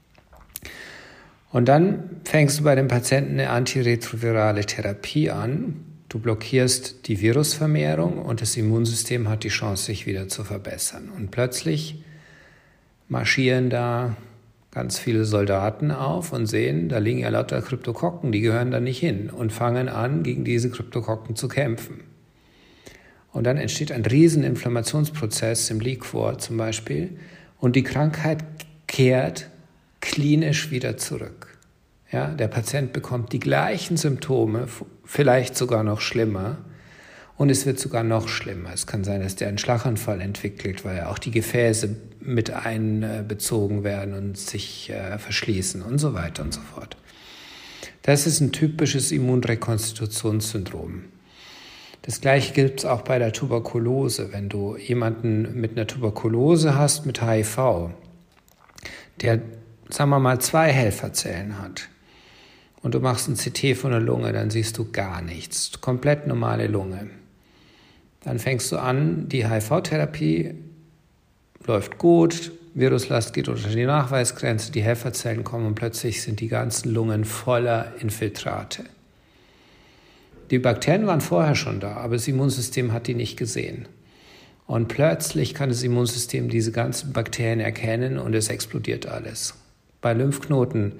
Speaker 1: Und dann fängst du bei dem Patienten eine antiretrovirale Therapie an. Du blockierst die Virusvermehrung und das Immunsystem hat die Chance, sich wieder zu verbessern. Und plötzlich marschieren da ganz viele Soldaten auf und sehen, da liegen ja lauter Kryptokokken, die gehören da nicht hin und fangen an, gegen diese Kryptokokken zu kämpfen. Und dann entsteht ein riesen Inflammationsprozess im Liquor zum Beispiel und die Krankheit kehrt klinisch wieder zurück. Ja, der Patient bekommt die gleichen Symptome, vielleicht sogar noch schlimmer, und es wird sogar noch schlimmer. Es kann sein, dass der einen Schlaganfall entwickelt, weil auch die Gefäße mit einbezogen werden und sich äh, verschließen und so weiter und so fort. Das ist ein typisches Immunrekonstitutionssyndrom. Das Gleiche gilt es auch bei der Tuberkulose. Wenn du jemanden mit einer Tuberkulose hast, mit H I V, der, sagen wir mal, zwei Helferzellen hat, und du machst ein C T von der Lunge, dann siehst du gar nichts. Komplett normale Lunge. Dann fängst du an, die H I V-Therapie läuft gut, Viruslast geht unter die Nachweisgrenze, die Helferzellen kommen und plötzlich sind die ganzen Lungen voller Infiltrate. Die Bakterien waren vorher schon da, aber das Immunsystem hat die nicht gesehen. Und plötzlich kann das Immunsystem diese ganzen Bakterien erkennen und es explodiert alles. Bei Lymphknoten,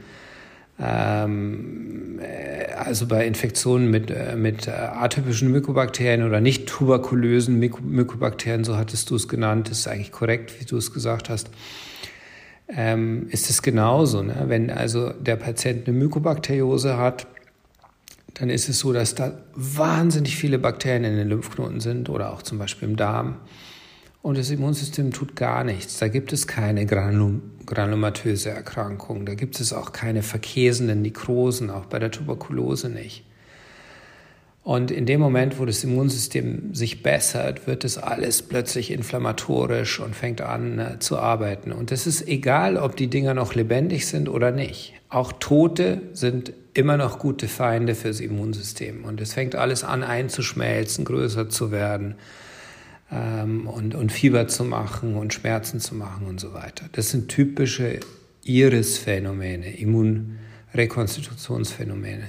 Speaker 1: ähm, also bei Infektionen mit, äh, mit atypischen Mykobakterien oder nicht tuberkulösen Myko- Mykobakterien, so hattest du es genannt, das ist eigentlich korrekt, wie du es gesagt hast, ähm, ist es genauso. Ne? Wenn also der Patient eine Mykobakteriose hat, dann ist es so, dass da wahnsinnig viele Bakterien in den Lymphknoten sind oder auch zum Beispiel im Darm. Und das Immunsystem tut gar nichts. Da gibt es keine granul- granulomatöse Erkrankung. Da gibt es auch keine verkäsenden Nekrosen, auch bei der Tuberkulose nicht. Und in dem Moment, wo das Immunsystem sich bessert, wird das alles plötzlich inflammatorisch und fängt an äh, zu arbeiten. Und es ist egal, ob die Dinger noch lebendig sind oder nicht. Auch Tote sind immer noch gute Feinde fürs Immunsystem. Und es fängt alles an einzuschmelzen, größer zu werden ähm, und, und Fieber zu machen und Schmerzen zu machen und so weiter. Das sind typische Iris-Phänomene, Immunrekonstitutionsphänomene.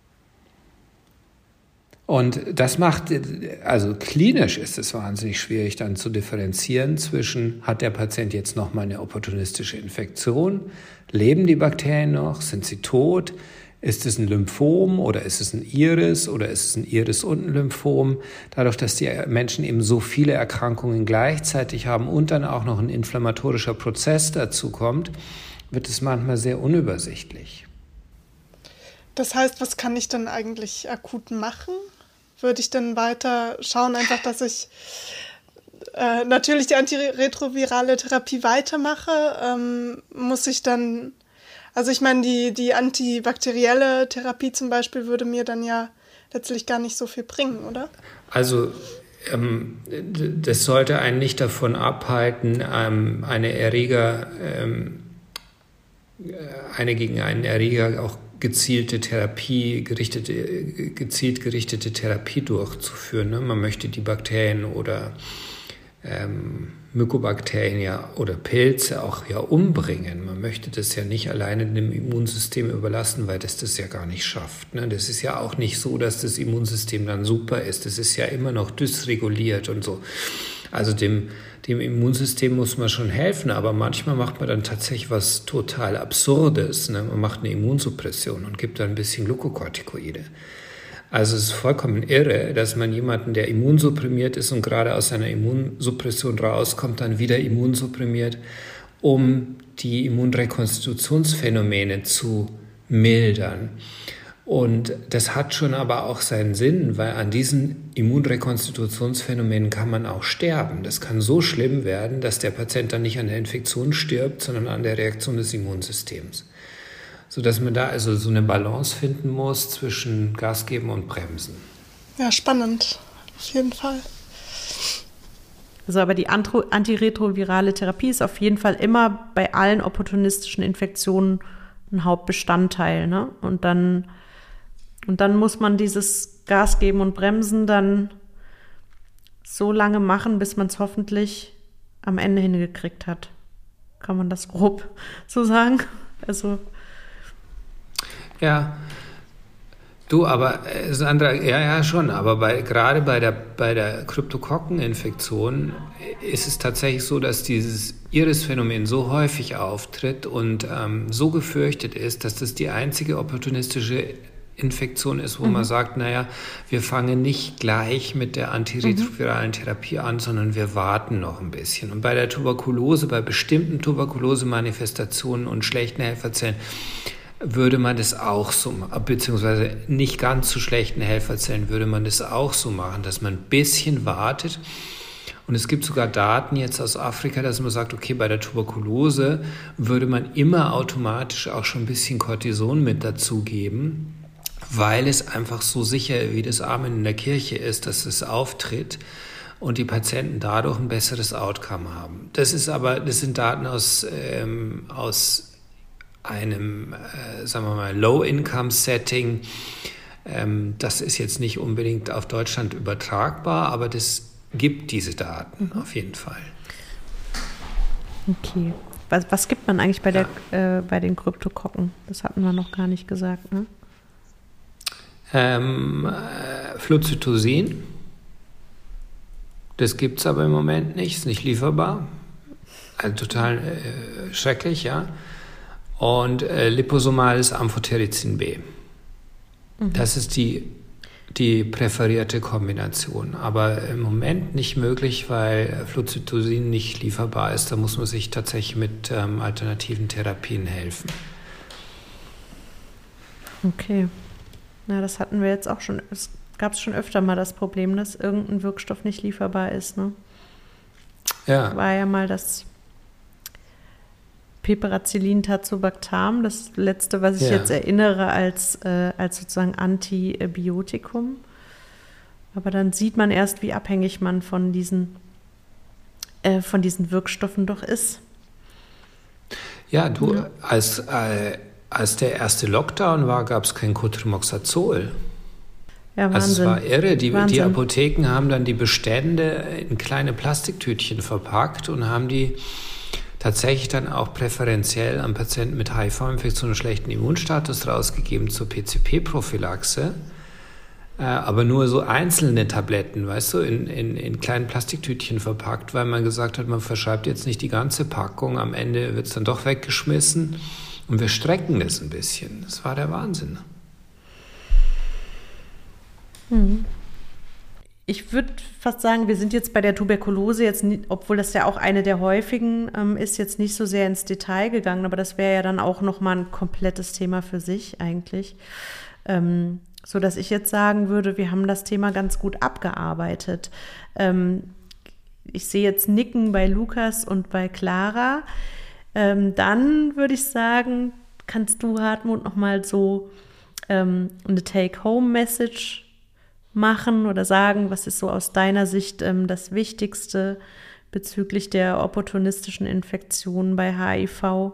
Speaker 1: Und das macht, also klinisch ist es wahnsinnig schwierig dann zu differenzieren zwischen, hat der Patient jetzt nochmal eine opportunistische Infektion, leben die Bakterien noch, sind sie tot, ist es ein Lymphom oder ist es ein Iris oder ist es ein Iris und ein Lymphom? Dadurch, dass die Menschen eben so viele Erkrankungen gleichzeitig haben und dann auch noch ein inflammatorischer Prozess dazu kommt, wird es manchmal sehr unübersichtlich.
Speaker 3: Das heißt, was kann ich dann eigentlich akut machen? Würde ich dann weiter schauen, einfach, dass ich äh, natürlich die antiretrovirale Therapie weitermache? Ähm, muss ich dann, also ich meine, die, die antibakterielle Therapie zum Beispiel würde mir dann ja letztlich gar nicht so viel bringen, oder?
Speaker 1: Also ähm, das sollte einen nicht davon abhalten, ähm, eine Erreger, ähm, eine gegen einen Erreger auch gezielte Therapie, gerichtete, gezielt gerichtete Therapie durchzuführen. Ne? Man möchte die Bakterien oder ähm, Mykobakterien ja oder Pilze auch ja umbringen. Man möchte das ja nicht alleine dem Immunsystem überlassen, weil das das ja gar nicht schafft. Ne? Das ist ja auch nicht so, dass das Immunsystem dann super ist. Das ist ja immer noch dysreguliert und so. Also dem, dem Immunsystem muss man schon helfen, aber manchmal macht man dann tatsächlich was total Absurdes. Ne? Man macht eine Immunsuppression und gibt dann ein bisschen Glukokortikoide. Also es ist vollkommen irre, dass man jemanden, der immunsupprimiert ist und gerade aus seiner Immunsuppression rauskommt, dann wieder immunsupprimiert, um die Immunrekonstitutionsphänomene zu mildern. Und das hat schon aber auch seinen Sinn, weil an diesen Immunrekonstitutionsphänomenen kann man auch sterben. Das kann so schlimm werden, dass der Patient dann nicht an der Infektion stirbt, sondern an der Reaktion des Immunsystems. Sodass man da also so eine Balance finden muss zwischen Gas geben und Bremsen.
Speaker 3: Ja, spannend. Auf jeden Fall.
Speaker 2: Also aber die antiretrovirale Therapie ist auf jeden Fall immer bei allen opportunistischen Infektionen ein Hauptbestandteil, ne? Und dann Und dann muss man dieses Gas geben und Bremsen dann so lange machen, bis man es hoffentlich am Ende hingekriegt hat. Kann man das grob so sagen? Also
Speaker 1: ja, Du, aber äh, Sandra, ja, ja, schon, aber bei, gerade bei der, bei der Kryptokokkeninfektion ist es tatsächlich so, dass dieses Iris-Phänomen so häufig auftritt und ähm, so gefürchtet ist, dass das die einzige opportunistische Infektion ist, wo mhm. man sagt, naja, wir fangen nicht gleich mit der antiretroviralen Therapie an, sondern wir warten noch ein bisschen. Und bei der Tuberkulose, bei bestimmten Tuberkulose-Manifestationen und schlechten Helferzellen, würde man das auch so machen, beziehungsweise nicht ganz zu schlechten Helferzellen würde man das auch so machen, dass man ein bisschen wartet. Und es gibt sogar Daten jetzt aus Afrika, dass man sagt, okay, bei der Tuberkulose würde man immer automatisch auch schon ein bisschen Cortison mit dazugeben, weil es einfach so sicher wie das Amen in der Kirche ist, dass es auftritt und die Patienten dadurch ein besseres Outcome haben. Das ist aber, das sind Daten aus, ähm, aus einem, äh, sagen wir mal, Low-Income-Setting. Ähm, das ist jetzt nicht unbedingt auf Deutschland übertragbar, aber das gibt diese Daten mhm. auf jeden Fall.
Speaker 2: Okay. Was, was gibt man eigentlich bei, der, ja. äh, bei den Kryptokokken? Das hatten wir noch gar nicht gesagt, ne?
Speaker 1: Ähm, äh, Flucytosin. Das gibt es aber im Moment nicht, ist nicht lieferbar. Also total äh, schrecklich, ja. Und äh, liposomales Amphotericin B. Mhm. Das ist die, die präferierte Kombination. Aber im Moment nicht möglich, weil Flucytosin nicht lieferbar ist. Da muss man sich tatsächlich mit ähm, alternativen Therapien helfen.
Speaker 2: Okay. Na, das hatten wir jetzt auch schon. Es gab schon öfter mal das Problem, dass irgendein Wirkstoff nicht lieferbar ist. Ne?
Speaker 1: Ja.
Speaker 2: War ja mal das Piperacillin-Tazobactam, das letzte, was ich ja. jetzt erinnere, als, äh, als sozusagen Antibiotikum. Aber dann sieht man erst, wie abhängig man von diesen, äh, von diesen Wirkstoffen doch ist.
Speaker 1: Ja, du, ja. als, äh, als der erste Lockdown war, gab es kein Cotrimoxazol.
Speaker 2: Ja, Wahnsinn.
Speaker 1: Also es war irre. Die, die Apotheken haben dann die Bestände in kleine Plastiktütchen verpackt und haben die tatsächlich dann auch präferenziell an Patienten mit H I V-Infektion und schlechten Immunstatus rausgegeben zur P C P-Prophylaxe. Äh, aber nur so einzelne Tabletten, weißt du, in, in, in kleinen Plastiktütchen verpackt, weil man gesagt hat, man verschreibt jetzt nicht die ganze Packung. Am Ende wird es dann doch weggeschmissen und wir strecken das ein bisschen. Das war der Wahnsinn.
Speaker 2: Hm. Ich würde fast sagen, wir sind jetzt bei der Tuberkulose, jetzt, obwohl das ja auch eine der häufigen ähm, ist, jetzt nicht so sehr ins Detail gegangen, aber das wäre ja dann auch nochmal ein komplettes Thema für sich eigentlich. Ähm, so dass ich jetzt sagen würde, wir haben das Thema ganz gut abgearbeitet. Ähm, ich sehe jetzt Nicken bei Lukas und bei Clara. Ähm, dann würde ich sagen, kannst du, Hartmut, nochmal so ähm, eine Take-Home-Message machen oder sagen, was ist so aus deiner Sicht ähm, das Wichtigste bezüglich der opportunistischen Infektionen bei H I V?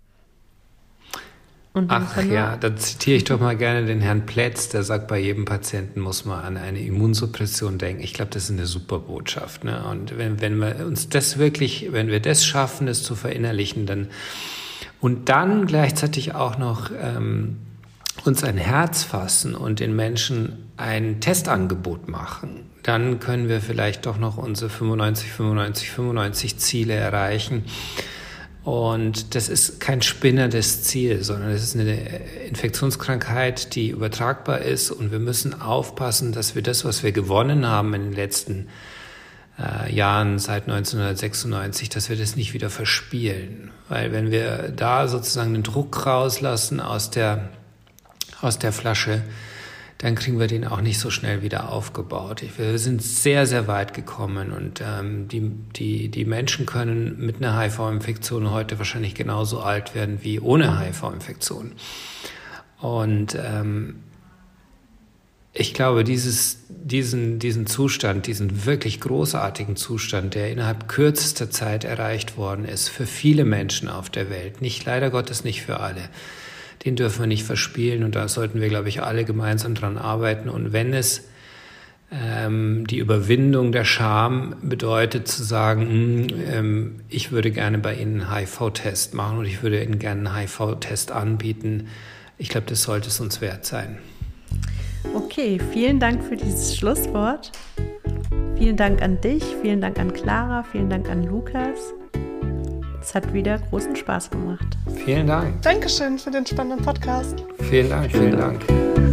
Speaker 1: Und Ach ja, da zitiere ich doch mal gerne den Herrn Plätz, der sagt, bei jedem Patienten muss man an eine Immunsuppression denken. Ich glaube, das ist eine super Botschaft. Ne? Und wenn, wenn wir uns das wirklich, wenn wir das schaffen, das zu verinnerlichen, dann und dann gleichzeitig auch noch ähm, uns ein Herz fassen und den Menschen ein Testangebot machen, dann können wir vielleicht doch noch unsere fünfundneunzig, fünfundneunzig, fünfundneunzig Ziele erreichen. Und das ist kein spinnendes Ziel, sondern es ist eine Infektionskrankheit, die übertragbar ist. Und wir müssen aufpassen, dass wir das, was wir gewonnen haben in den letzten äh, Jahren seit neunzehnhundertsechsundneunzig, dass wir das nicht wieder verspielen. Weil wenn wir da sozusagen den Druck rauslassen aus der aus der Flasche, dann kriegen wir den auch nicht so schnell wieder aufgebaut. Wir sind sehr, sehr weit gekommen und ähm, die, die, die Menschen können mit einer H I V-Infektion heute wahrscheinlich genauso alt werden wie ohne H I V-Infektion. Und ähm, ich glaube, dieses, diesen, diesen Zustand, diesen wirklich großartigen Zustand, der innerhalb kürzester Zeit erreicht worden ist, für viele Menschen auf der Welt, nicht leider Gottes nicht für alle, den dürfen wir nicht verspielen und da sollten wir, glaube ich, alle gemeinsam dran arbeiten. Und wenn es ähm, die Überwindung der Scham bedeutet, zu sagen, mh, ähm, ich würde gerne bei Ihnen einen H I V-Test machen und ich würde Ihnen gerne einen H I V-Test anbieten, ich glaube, das sollte es uns wert sein.
Speaker 2: Okay, vielen Dank für dieses Schlusswort. Vielen Dank an dich, vielen Dank an Clara, vielen Dank an Lukas. Es hat wieder großen Spaß gemacht.
Speaker 1: Vielen Dank.
Speaker 3: Dankeschön für den spannenden Podcast.
Speaker 1: Vielen Dank, vielen Dank.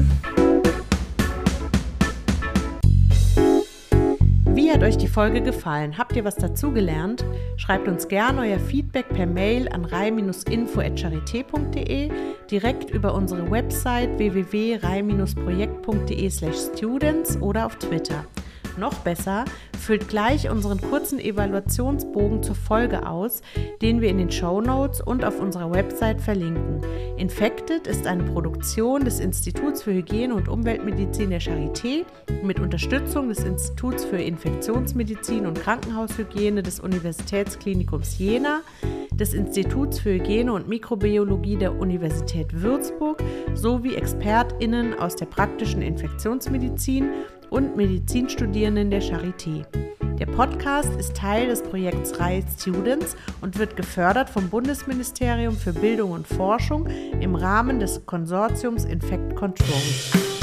Speaker 2: Wie hat euch die Folge gefallen? Habt ihr was dazugelernt? Schreibt uns gerne euer Feedback per Mail an rei Bindestrich info at charité punkt de, direkt über unsere Website w w w punkt rei Bindestrich projekt punkt de slash students oder auf Twitter. Noch besser, füllt gleich unseren kurzen Evaluationsbogen zur Folge aus, den wir in den Shownotes und auf unserer Website verlinken. Infected ist eine Produktion des Instituts für Hygiene und Umweltmedizin der Charité mit Unterstützung des Instituts für Infektionsmedizin und Krankenhaushygiene des Universitätsklinikums Jena, des Instituts für Hygiene und Mikrobiologie der Universität Würzburg sowie ExpertInnen aus der praktischen Infektionsmedizin und Medizinstudierenden der Charité. Der Podcast ist Teil des Projekts RAI Students und wird gefördert vom Bundesministerium für Bildung und Forschung im Rahmen des Konsortiums Infect Control.